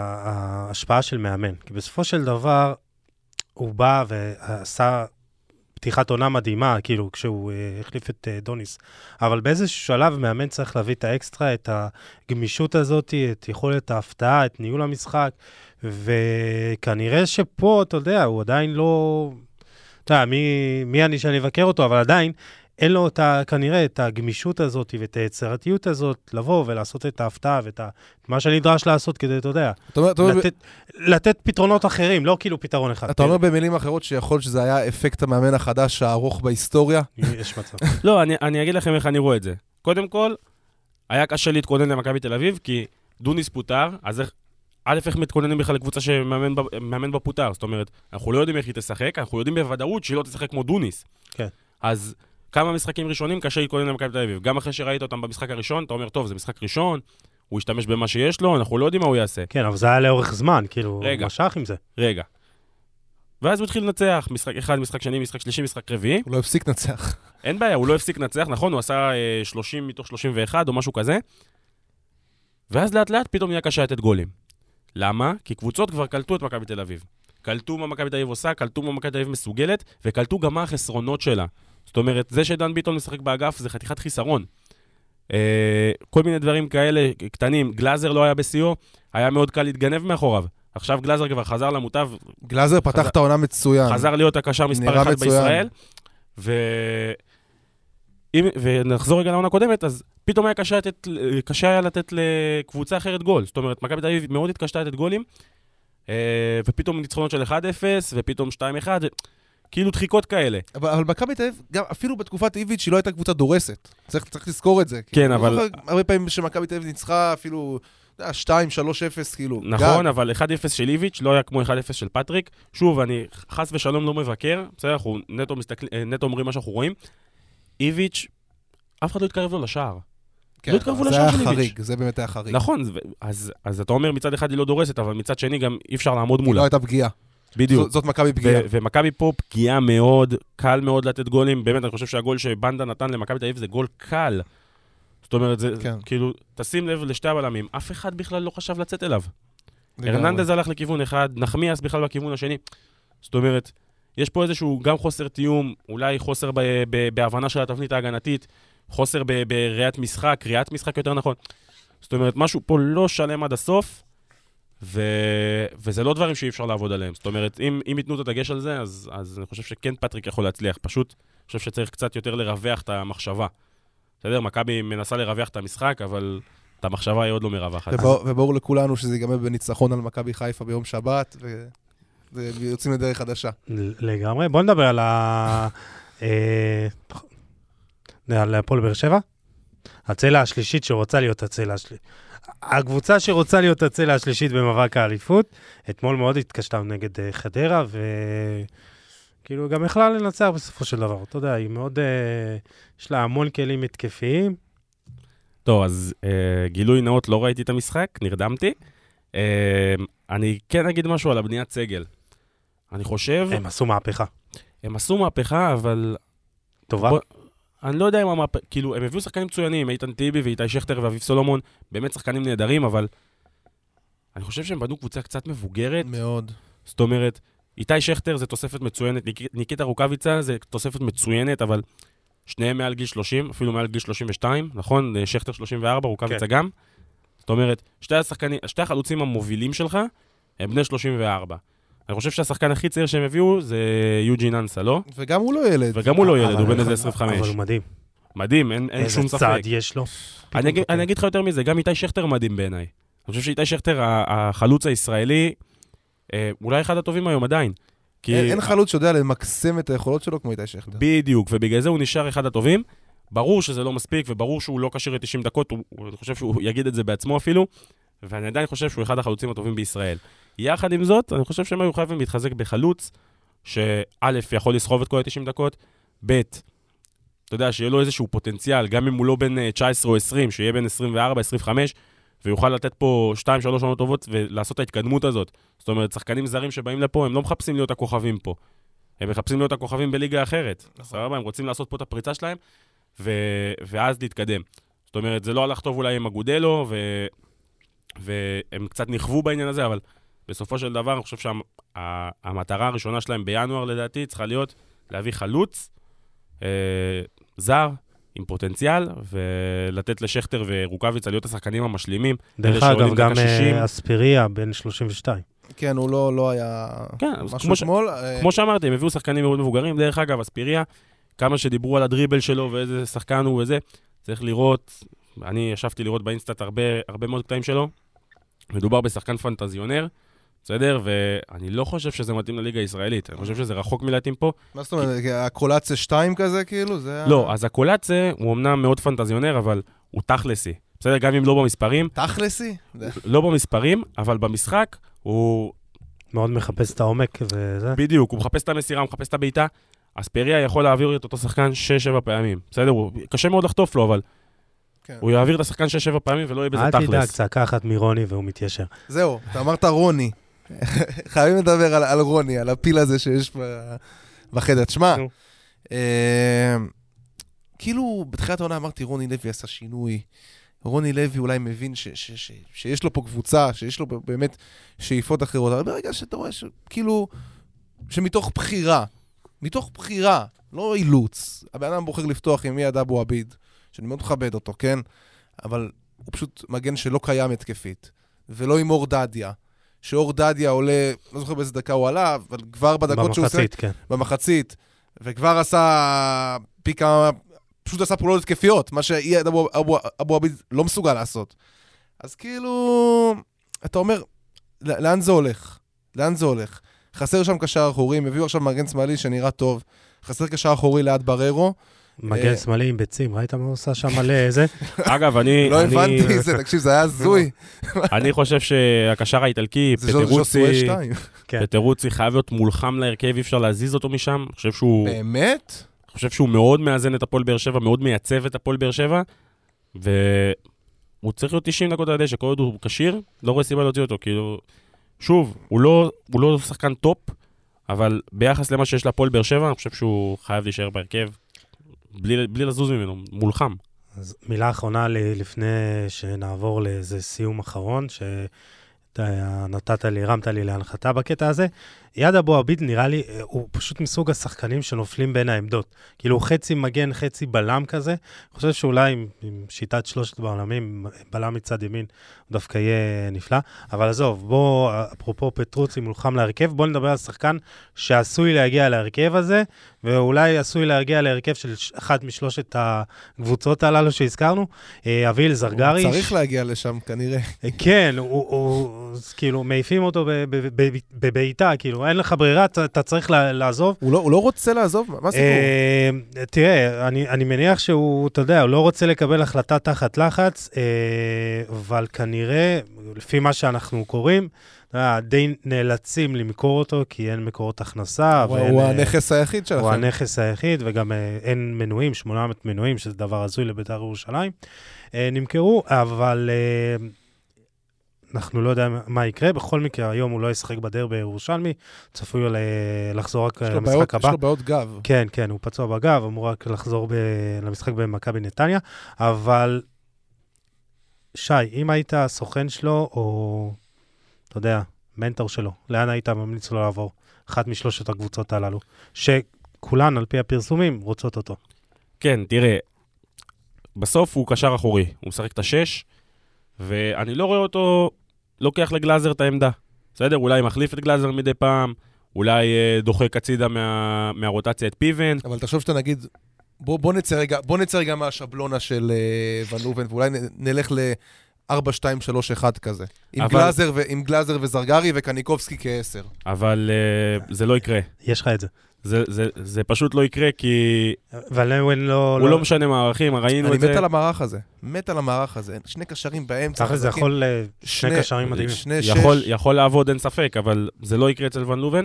ההשפעה של מאמן. כי בסופו של דבר, הוא בא ועשה פתיחת עונה מדהימה, כאילו, כשהוא החליף את דוניס. אבל באיזשהו שלב מאמן צריך להביא את האקסטרה, את הגמישות הזאת, את יכולת ההפתעה, את ניהול המשחק, וכנראה שפה, אתה יודע, הוא עדיין לא... אתה יודע, מי אני שאני אבקר אותו, אבל עדיין אין לו כנראה את הגמישות הזאת ואת היצירתיות הזאת, לבוא ולעשות את ההפתעה ואת מה שנדרש לעשות כדי, אתה יודע, לתת פתרונות אחרים, לא כאילו פתרון אחד.
אתה אומר במילים אחרות שיכול שזה היה אפקט המאמן החדש הארוך בהיסטוריה?
יש מצב.
לא, אני אגיד לכם איך אני רואה את זה. קודם כל, היה קשה להתכונן למכבי תל אביב, כי דוניס פוטר, אז איך מתכוננים בכלל לקבוצה שמאמן בפוטר? זאת אומרת, אנחנו לא יודעים איך היא תשחק, אנחנו יודעים בוודאות שהיא לא תשחק כמו דוניס.
כן.
אז כמה משחקים ראשונים קשה להתכונן למכבי תל אביב. גם אחרי שראית אותם במשחק הראשון, אתה אומר, טוב, זה משחק ראשון, הוא ישתמש במה שיש לו, אנחנו לא יודעים מה הוא יעשה.
כן, אבל זה היה לאורך זמן, כאילו, הוא משך עם זה.
רגע. ואז הוא התחיל לנצח, משחק אחד, משחק שני, משחק שלישי, משחק רביעי.
הוא לא הפסיק לנצח.
אין בעיה, הוא לא הפסיק לנצח, נכון, הוא עשה 30 מתוך 31 או משהו כזה. ואז לאט לאט פתאום נהיה קשה לתת גולים. למה? כי קבוצות כבר קלטו את מכבי תל אביב. קלטו מה מכבי תל אביב עושה, קלטו מה מכבי תל אביב מסוגלת, וקלטו גם מה החסרונות שלה. זאת אומרת, זה שדן ביטון משחק באגף זה חתיכת חיסרון. כל מיני דברים כאלה קטנים. גלאזר לא היה בסיוע, היה מאוד קל להתגנב מאחוריו. עכשיו גלאזר כבר חזר למוטב.
גלאזר פתח את העונה מצוין.
חזר להיות הקשר מספר 1 בישראל. ונחזור רגע לעונה קודמת, אז פתאום היה קשה היה לתת לקבוצה אחרת גול. זאת אומרת, מכבי תל אביב מאוד התקשתה לתת גולים, ופתאום ניצחונות של 1-0, ופתאום 2-1, כאילו דחיקות כאלה.
אבל מכבי תל אביב, אפילו בתקופת איביץ' היא לא הייתה קבוצה דורסת. צריך לזכור את זה.
כן, אבל...
הרבה פעמים שמכבי תל אביב ניצחה אפילו 2-3-0, כאילו.
נכון, אבל 1-0 של איביץ' לא היה כמו 1-0 של פטריק. שוב, אני חס ושלום לא מבקר, בסדר, אנחנו נטו אומרים מה שאנחנו רואים. איביץ', אף אחד לא התקרב לו לשער.
כן, זה היה חריג, זה באמת היה חריג.
נכון, אז אתה אומר מצד אחד היא לא דורסת, אבל מצד שני גם אי אפשר לעמוד מולה.
לא הייתה פגיעה.
בדיוק.
זאת מכבי פגיעה.
ומכבי פה פגיעה מאוד, קל מאוד לתת גולים. באמת, אני חושב שהגול שבנדה נתן למכבי תל אביב זה גול קל. זאת אומרת, זה כאילו, תשים לב לשתי הבלמים, אף אחד בכלל לא חשב לצאת אליו. הרננדז הלך לכיוון אחד, נחמיאס בכלל בכיוון השני. זאת אומרת, יש פה איזשהו גם חוסר תיאום, אולי חוסר בהבנה של התבנית ההגנתית, חוסר בראיית משחק, קריאת משחק יותר נכון. זאת אומרת, משהו פה לא שלם עד הסוף, וזה לא דברים שאי אפשר לעבוד עליהם. זאת אומרת, אם ייתנו את הדגש על זה, אז אני חושב שכן פטריק יכול להצליח. פשוט, אני חושב שצריך קצת יותר לרווח את המחשבה. בסדר, מכבי מנסה לרווח את המשחק, אבל את המחשבה היא עוד לא מרווחת.
וברור לכולנו שזה ייגמר בניצחון על מכבי חיפה ביום שבת, ויוצאים לדרך חדשה.
לגמרי. בוא נדבר על הפועל באר שבע. הצלע השלישית שרוצה להיות הצלע השלישית. הקבוצה שרוצה להיות הצלע השלישית במאבק האליפות, אתמול מאוד התקשתה נגד חדרה, וכאילו גם יכלה לנצח בסופו של דבר. אתה יודע, היא מאוד, יש לה המון כלים התקפיים.
טוב, אז גילוי נאות, לא ראיתי את המשחק, נרדמתי. אני כן אגיד משהו על הבניית סגל. אני חושב...
הם עשו מהפכה.
הם עשו מהפכה, אבל...
טובה?
אני לא יודע אם המהפכה... כאילו, הם הביאו שחקנים מצוינים, איתן טיבי ואיתי שכטר ואביב סולומון, באמת שחקנים נהדרים, אבל... אני חושב שהם בנו קבוצה קצת מבוגרת.
מאוד.
זאת אומרת, איתי שכטר זה תוספת מצוינת, ניקיטה רוקביצה זה תוספת מצוינת, אבל שניהם מעל גיל 30, אפילו מעל גיל 32, נכון? שכטר 34, רוקביצה גם. זאת אומרת, שתי החלוצים המובילים שלך הם בני 34. אני חושב שהשחקן הכי צעיר שהם הביאו זה יוג'ין אנסה, לא?
וגם הוא לא ילד.
וגם הוא לא ילד, הוא בן איזה 25.
אבל הוא מדהים.
מדהים, אין שום ספק.
איזה צעד יש לו.
אני אגיד לך יותר מזה, גם איתי שכטר מדהים בעיניי. אני חושב שאיתי שכטר, החלוץ הישראלי, אולי אחד הטובים היום עדיין.
אין חלוץ שיודע למקסם את היכולות שלו כמו איתי שכטר.
בדיוק, ובגלל זה הוא נשאר אחד הטובים. ברור שזה לא מספיק, וברור שהוא לא קשר ל-90 דקות, אני חושב שהוא יגיד את זה בעצמו אפילו, ואני עדיין חושב שהוא אחד החלוצים הטובים בישראל. יחד עם זאת, אני חושב שהם היו חייבים להתחזק בחלוץ, שא' יכול לסחוב את כל ה-90 דקות, ב', אתה יודע, שיהיה לו איזשהו פוטנציאל, גם אם הוא לא בין 19 או 20, שיהיה בין 24, 25, ויוכל לתת פה 2-3 עונות טובות ולעשות את ההתקדמות הזאת. זאת אומרת, שחקנים זרים שבאים לפה, הם לא מחפשים להיות הכוכבים פה. הם מחפשים להיות הכוכבים בליגה אחרת. סבבה, הם רוצים לעשות פה את הפריצה שלהם, ואז להתקדם. זאת אומרת, זה לא הלך טוב אולי עם אגודלו, והם קצת נכוו בעניין הזה, אבל בסופו של דבר, אני חושב שהמטרה הראשונה שלהם בינואר, לדעתי, צריכה להיות להביא חלוץ, זר, עם פוטנציאל, ולתת לשכטר ורוקאביצה להיות השחקנים המשלימים.
דרך אגב, גם אספיריה בין 32.
כן, הוא לא היה משהו שמאל.
כמו שאמרתי, הם הביאו שחקנים מאוד מבוגרים. דרך אגב, אספיריה, כמה שדיברו על הדריבל שלו ואיזה שחקן הוא וזה, צריך לראות, אני ישבתי לראות באינסטאט הרבה מאוד קטעים שלו. מדובר בשחקן פנטזיונר, בסדר? ואני לא חושב שזה מתאים לליגה הישראלית. אני חושב שזה רחוק מלהתאים פה.
מה זאת אומרת? הקולציה 2 כזה, כאילו?
לא, אז הקולציה הוא אמנם מאוד פנטזיונר, אבל הוא תכלסי. בסדר? גם אם לא במספרים.
תכלסי?
לא במספרים, אבל במשחק הוא...
מאוד מחפש את העומק וזה.
בדיוק, הוא מחפש את המסירה, הוא מחפש את הבעיטה. אספריה יכול להעביר את אותו שחקן 6-7 פעמים. בסדר? קשה מאוד לחטוף לו, אבל... הוא יעביר את השחקן 6-7 פעמים ולא יהיה בזה תכלס.
אל תדאג, צעקה אחת מרוני והוא מתיישר.
זהו, אתה אמרת רוני. חייבים לדבר על רוני, על הפיל הזה שיש בחדר. תשמע, כאילו בתחילת העונה אמרתי רוני לוי עשה שינוי. רוני לוי אולי מבין שיש לו פה קבוצה, שיש לו באמת שאיפות אחרות. אבל ברגע שאתה רואה כאילו שמתוך בחירה, לא אילוץ, הבן אדם בוחר לפתוח עם מיד אבו עביד. שאני מאוד מכבד אותו, כן? אבל הוא פשוט מגן שלא קיים התקפית. ולא עם אור דדיה. שאור דדיה עולה, לא זוכר באיזה דקה הוא עלה, אבל כבר בדקות שהוא עושה...
במחצית, כן.
במחצית. וכבר עשה פי כמה... פשוט עשה פעולות התקפיות, מה שאבו עביד לא מסוגל לעשות. אז כאילו... אתה אומר, לאן זה הולך? לאן זה הולך? חסר שם קשר אחורי, הביאו עכשיו מגן שמאלי שנראה טוב. חסר קשר אחורי ליד בררו.
מגן שמאלי עם ביצים, ראית מה הוא עושה שם על איזה?
אגב, אני...
לא הבנתי זה, תקשיב, זה היה זוי.
אני חושב שהקשר האיטלקי, פטרוצי חייב להיות מולחם להרכב, אי אפשר להזיז אותו משם. אני חושב שהוא...
באמת?
אני חושב שהוא מאוד מאזן את הפועל באר שבע, מאוד מייצב את הפועל באר שבע, והוא צריך להיות 90 דקות על הדשא, כל עוד הוא קשיר, לא רואה סיבה להוציא אותו, כאילו... שוב, הוא לא שחקן טופ, אבל ביחס למה שיש לפועל באר שבע, אני חושב שהוא חייב להישאר בהרכב. בלי לזוז ממנו, מולחם.
אז מילה אחרונה לפני שנעבור לאיזה סיום אחרון, הרמת לי להנחתה בקטע הזה. יד אבו עביד נראה לי, הוא פשוט מסוג השחקנים שנופלים בין העמדות. כאילו הוא חצי מגן, חצי בלם כזה. אני חושב שאולי עם שיטת שלושת בעולמים, בלם מצד ימין, הוא דווקא יהיה נפלא. אבל עזוב, בוא, אפרופו פטרוצי מולחם להרכב, בוא נדבר על שחקן שעשוי להגיע להרכב הזה, ואולי עשוי להגיע להרכב של אחת משלושת הקבוצות הללו שהזכרנו. אביל זרגרי.
הוא צריך להגיע לשם כנראה.
כן, כאילו מעיפים אותו בביתה, כאילו. אין לך ברירה, אתה צריך לעזוב.
הוא לא רוצה לעזוב? מה סיפור?
תראה, אני מניח שהוא, אתה יודע, הוא לא רוצה לקבל החלטה תחת לחץ, אבל כנראה, לפי מה שאנחנו קוראים, די נאלצים למכור אותו, כי אין מקורות הכנסה.
הוא הנכס היחיד שלכם.
הוא הנכס היחיד, וגם אין מנויים, 800 מנויים, שזה דבר הזוי לבית"ר ירושלים. נמכרו, אבל... אנחנו לא יודעים מה יקרה, בכל מקרה היום הוא לא ישחק בדרבי ירושלמי, צפוי לחזור רק למשחק הבא.
יש לו בעיות גב.
כן, כן, הוא פצוע בגב, אמור רק לחזור למשחק במכבי נתניה, אבל שי, אם היית סוכן שלו, או אתה יודע, מנטור שלו, לאן היית ממליץ לו לעבור? אחת משלושת הקבוצות הללו, שכולן על פי הפרסומים רוצות אותו.
כן, תראה, בסוף הוא קשר אחורי, הוא משחק את השש, ואני לא רואה אותו לוקח לגלאזר את העמדה. בסדר? אולי מחליף את גלאזר מדי פעם, אולי דוחק הצידה מהרוטציה את פיבן.
אבל תחשוב שאתה נגיד, בוא נצא רגע מהשבלונה של ון לובן, ואולי נלך ל-4-2-3-1 כזה. עם גלאזר וזרגרי וקניקובסקי כ-10.
אבל זה לא יקרה.
יש לך את זה.
זה פשוט לא יקרה, כי...
הוא
לא משנה מערכים, ראינו את זה.
אני מת על המערך הזה. שני קשרים באמצע.
ככה זה יכול... שני קשרים מדהימים.
יכול לעבוד, אין ספק, אבל זה לא יקרה אצל ון לובן.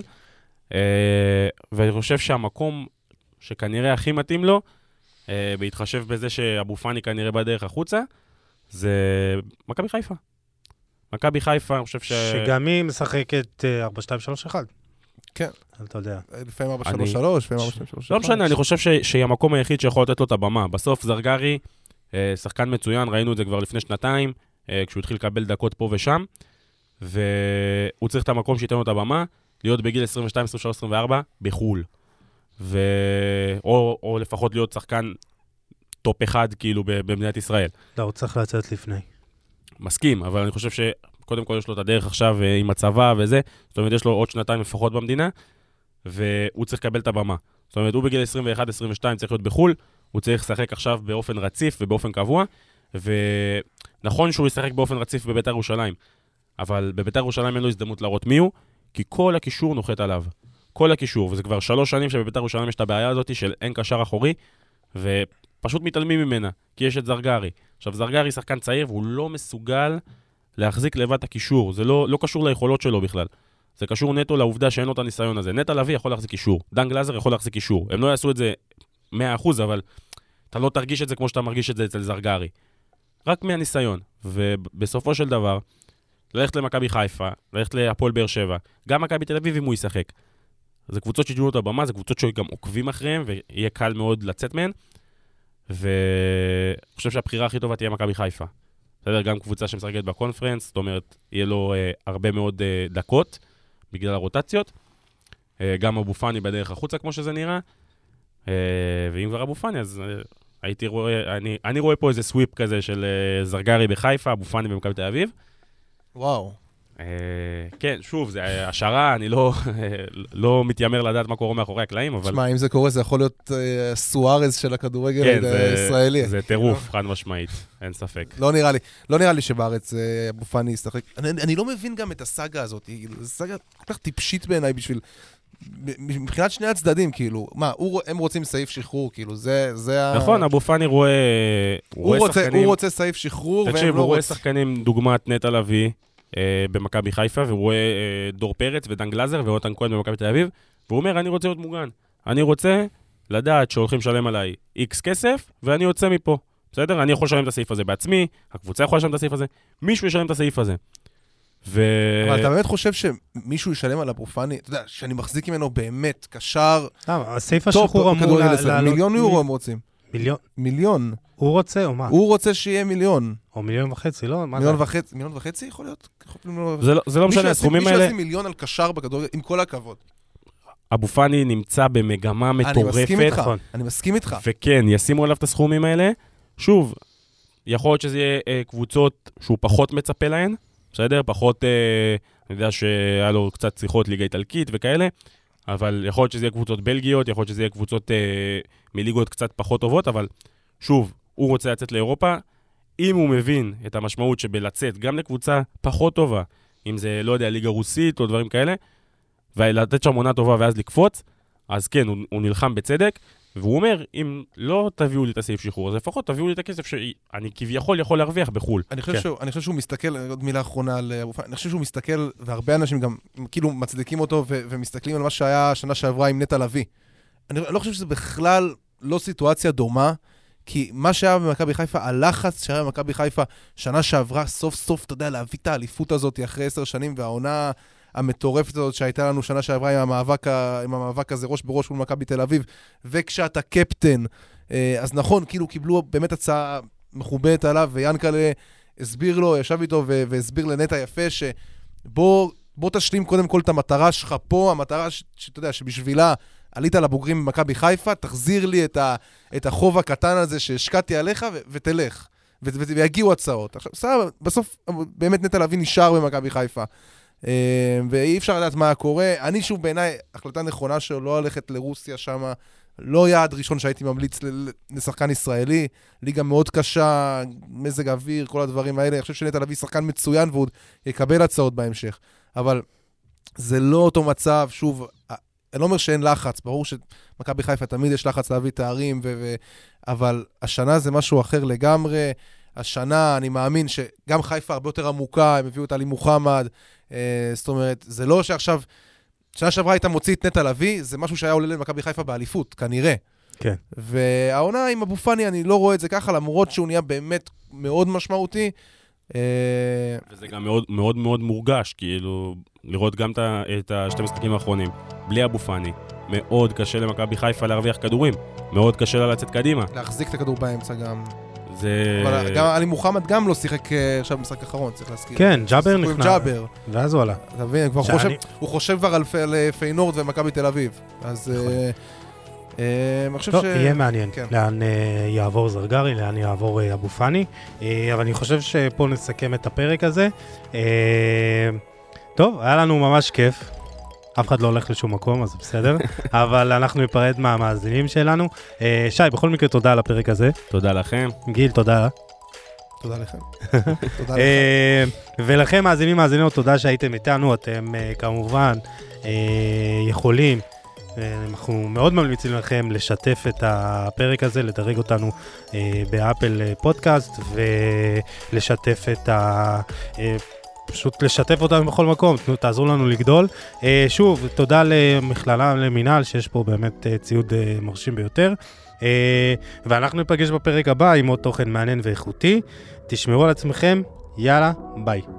ואני חושב שהמקום שכנראה הכי מתאים לו, בהתחשב בזה שאבו פאני כנראה בדרך החוצה, זה מכבי חיפה. מכבי חיפה, אני חושב
שגם היא משחקת 4-2-3-1.
כן.
אתה יודע.
לפעמים 4-3-3, לפעמים 4-2-3-1.
לא משנה, אני חושב שהיא המקום היחיד שיכול לתת לו את הבמה. בסוף זרגרי, שחקן מצוין, ראינו את זה כבר לפני שנתיים, כשהוא התחיל לקבל דקות פה ושם, והוא צריך את המקום שייתן לו את הבמה, להיות בגיל 22, 23, 24, בחול. או לפחות להיות שחקן טופ אחד כאילו במדינת ישראל.
לא, הוא צריך לצאת לפני.
מסכים, אבל אני חושב שקודם כל יש לו את הדרך עכשיו עם הצבא וזה, זאת אומרת, יש לו עוד 2 לפחות במדינה, והוא צריך לקבל את הבמה. זאת אומרת, הוא בגיל 21-22 צריך להיות בחול, הוא צריך לשחק עכשיו באופן רציף ובאופן קבוע, ונכון שהוא ישחק באופן רציף בבית"ר ירושלים, אבל בבית"ר ירושלים אין לו הזדמנות להראות מי הוא, כי כל הקישור נוחת עליו. כל הקישור, וזה כבר 3 שנים שבבית"ר ירושלים יש את הבעיה הזאת של אין קשר אחורי, ופשוט מתעלמים ממנה, כי יש את זרגרי. עכשיו, זרגרי שחקן צעיר, והוא לא מסוגל להחזיק לבד את הקישור. זה לא קשור ליכולות שלו בכלל. זה קשור נטו לעובדה שאין לו את הניסיון הזה. נטע לביא יכול להחזיק קישור. דן גלאזר יכול להחזיק קישור. הם לא יעשו את זה 100%, אבל אתה לא תרגיש את זה כמו שאתה מרגיש את זה אצל זרגרי. רק מהניסיון. ובסופו של דבר, ללכת למכבי חיפה, ללכת להפועל באר שבע, גם מכבי תל אביב אם הוא ישחק. זה קבוצות שתיתנו את הבמה, זה קבוצות שגם עוקבים אחריהם, ויהיה קל מאוד לצאת מהן. ואני חושב שהבחירה הכי טובה תהיה מכבי חיפה. בסדר, גם קבוצה שמשחקת בקונפרנס, זאת אומרת, יהיה לו הרבה מאוד דקות, בגלל הרוטציות. גם אבו פאני בדרך החוצה, כמו שזה נראה. ואם כבר אבו פאני, אז אני רואה פה איזה סוויפ כזה של זרגרי בחיפה, אבו פאני במכבי תל אביב.
וואו.
כן, שוב, זה השערה, אני לא מתיימר לדעת מה קורה מאחורי הקלעים, אבל...
תשמע, אם זה קורה, זה יכול להיות סוארז של הכדורגל הישראלי.
כן, זה טירוף, חד משמעית, אין ספק.
לא נראה לי שבארץ אבו פאני ישחק. אני לא מבין גם את הסאגה הזאת, זו סאגה כל כך טיפשית בעיניי בשביל... מבחינת שני הצדדים, כאילו, מה, הם רוצים סעיף שחרור, כאילו, זה
נכון, אבו פאני רואה
שחקנים... הוא רוצה סעיף שחרור,
תקשיב, הוא רואה שחקנים דוגמת נטע לביא, במכבי חיפה, והוא רואה דור פרץ ודן גלאזר ואותן כהן במכבי תל אביב, והוא אומר, אני רוצה להיות מוגן. אני רוצה לדעת שהולכים לשלם עליי X כסף, ואני יוצא מפה. בסדר? אני יכול לשלם את הסעיף הזה בעצמי, הקבוצה יכולה לשלם את הסעיף הזה, מישהו ישלם את הסעיף הזה.
אבל אתה באמת חושב שמישהו ישלם על אבו פאני? אתה יודע, שאני מחזיק ממנו באמת קשר...
הסעיף השחרור אמור
מיליון יורו הם רוצים. מיליון.
הוא רוצה או מה?
הוא רוצה שיהיה מיליון.
או 1.5 מיליון, לא?
מיליון וחצי יכול להיות?
זה לא משנה, הסכומים האלה...
מישהו ישים מיליון על קשר בכדורגל, עם כל הכבוד.
אבו פאני נמצא במגמה מטורפת.
אני מסכים איתך.
וכן, ישימו עליו את הסכומים האלה. שוב, יכול להיות שזה יהיה קבוצות שהוא פחות מצפה להן, בסדר? פחות, אני יודע שהיה לו קצת שיחות ליגה איטלקית וכאלה, אבל יכול להיות שזה יהיה קבוצות בלגיות, יכול להיות שזה יהיה קבוצות מליגות קצת פחות טובות, אבל שוב, הוא רוצה לצאת לאירופה, אם הוא מבין את המשמעות שבלצאת גם לקבוצה פחות טובה, אם זה, לא יודע, ליגה רוסית או דברים כאלה, ולתת שם עונה טובה ואז לקפוץ, אז כן, הוא נלחם בצדק, והוא אומר, אם לא תביאו לי את הסעיף שחרור, אז לפחות תביאו לי את הכסף שאני כביכול יכול להרוויח בחול.
אני חושב שהוא מסתכל, עוד מילה אחרונה על אבו פאני, אני חושב שהוא מסתכל, והרבה אנשים גם כאילו מצדיקים אותו ומסתכלים על מה שהיה שנה שעברה עם נטע לביא. אני לא חושב שזה בכלל לא סיטואציה דומה, כי מה שהיה במכבי חיפה, הלחץ שהיה במכבי חיפה שנה שעברה, סוף סוף, אתה יודע, להביא את האליפות הזאת אחרי 10 שנים, והעונה המטורפת הזאת שהייתה לנו שנה שעברה עם המאבק הזה ראש בראש מול מכבי תל אביב, וכשאתה קפטן, אז נכון, כאילו קיבלו באמת הצעה מכובדת עליו, ויאנקלה הסביר לו, ישב איתו והסביר לנטע יפה, שבוא תשלים קודם כל את המטרה שלך פה, המטרה שאתה יודע, שבשבילה עלית לבוגרים במכבי חיפה, תחזיר לי את החוב הקטן הזה שהשקעתי עליך ותלך, ויגיעו הצעות. עכשיו, בסוף באמת נטע לביא נשאר במכבי חיפה. ואי אפשר לדעת מה קורה. אני שוב בעיניי, החלטה נכונה שלו לא ללכת לרוסיה שם, לא יעד ראשון שהייתי ממליץ לשחקן ישראלי, ליגה מאוד קשה, מזג אוויר, כל הדברים האלה. אני חושב שנטע לביא שחקן מצוין והוא יקבל הצעות בהמשך. אבל זה לא אותו מצב, שוב, אני לא אומר שאין לחץ, ברור שמכבי חיפה תמיד יש לחץ להביא תארים, אבל השנה זה משהו אחר לגמרי. השנה אני מאמין שגם חיפה הרבה יותר עמוקה, הם הביאו את עלי מוחמד, זאת אומרת, זה לא שעכשיו, שנה שעברה הייתה מוציא את נטע לביא, זה משהו שהיה עולה למכבי חיפה באליפות, כנראה.
כן.
והעונה עם אבו פאני, אני לא רואה את זה ככה, למרות שהוא נהיה באמת מאוד משמעותי.
וזה גם מאוד מאוד מאוד מורגש, כאילו, לראות גם את השתי משחקים האחרונים. בלי אבו פאני, מאוד קשה למכבי חיפה להרוויח כדורים, מאוד קשה לה לצאת קדימה.
להחזיק את הכדור באמצע גם.
אבל
גם עלי מוחמד גם לא שיחק עכשיו במשחק האחרון, צריך להזכיר.
כן, ג'אבר נכנע. ואז הוא עלה.
אתה מבין, הוא חושב כבר על פיינורד ומכבי תל אביב. אז אני חושב
טוב, יהיה מעניין,
כן.
לאן יעבור זרגרי, לאן יעבור אבו פאני, אבל אני חושב שפה נסכם את הפרק הזה. טוב, היה לנו ממש כיף. אף אחד לא הולך לשום מקום, אז בסדר. אבל אנחנו ניפרד מהמאזינים שלנו. שי, בכל מקרה תודה על הפרק הזה.
תודה לכם.
גיל, תודה.
תודה לכם. תודה לך.
ולכם, מאזינות, תודה שהייתם איתנו. אתם כמובן יכולים, אנחנו מאוד ממליצים לכם לשתף את הפרק הזה, לדרג אותנו באפל פודקאסט, ולשתף פשוט לשתף אותנו בכל מקום, תעזרו לנו לגדול. שוב, תודה למכללה למינהל, שיש פה באמת ציוד מרשים ביותר. ואנחנו ניפגש בפרק הבא עם עוד תוכן מעניין ואיכותי. תשמרו על עצמכם, יאללה, ביי.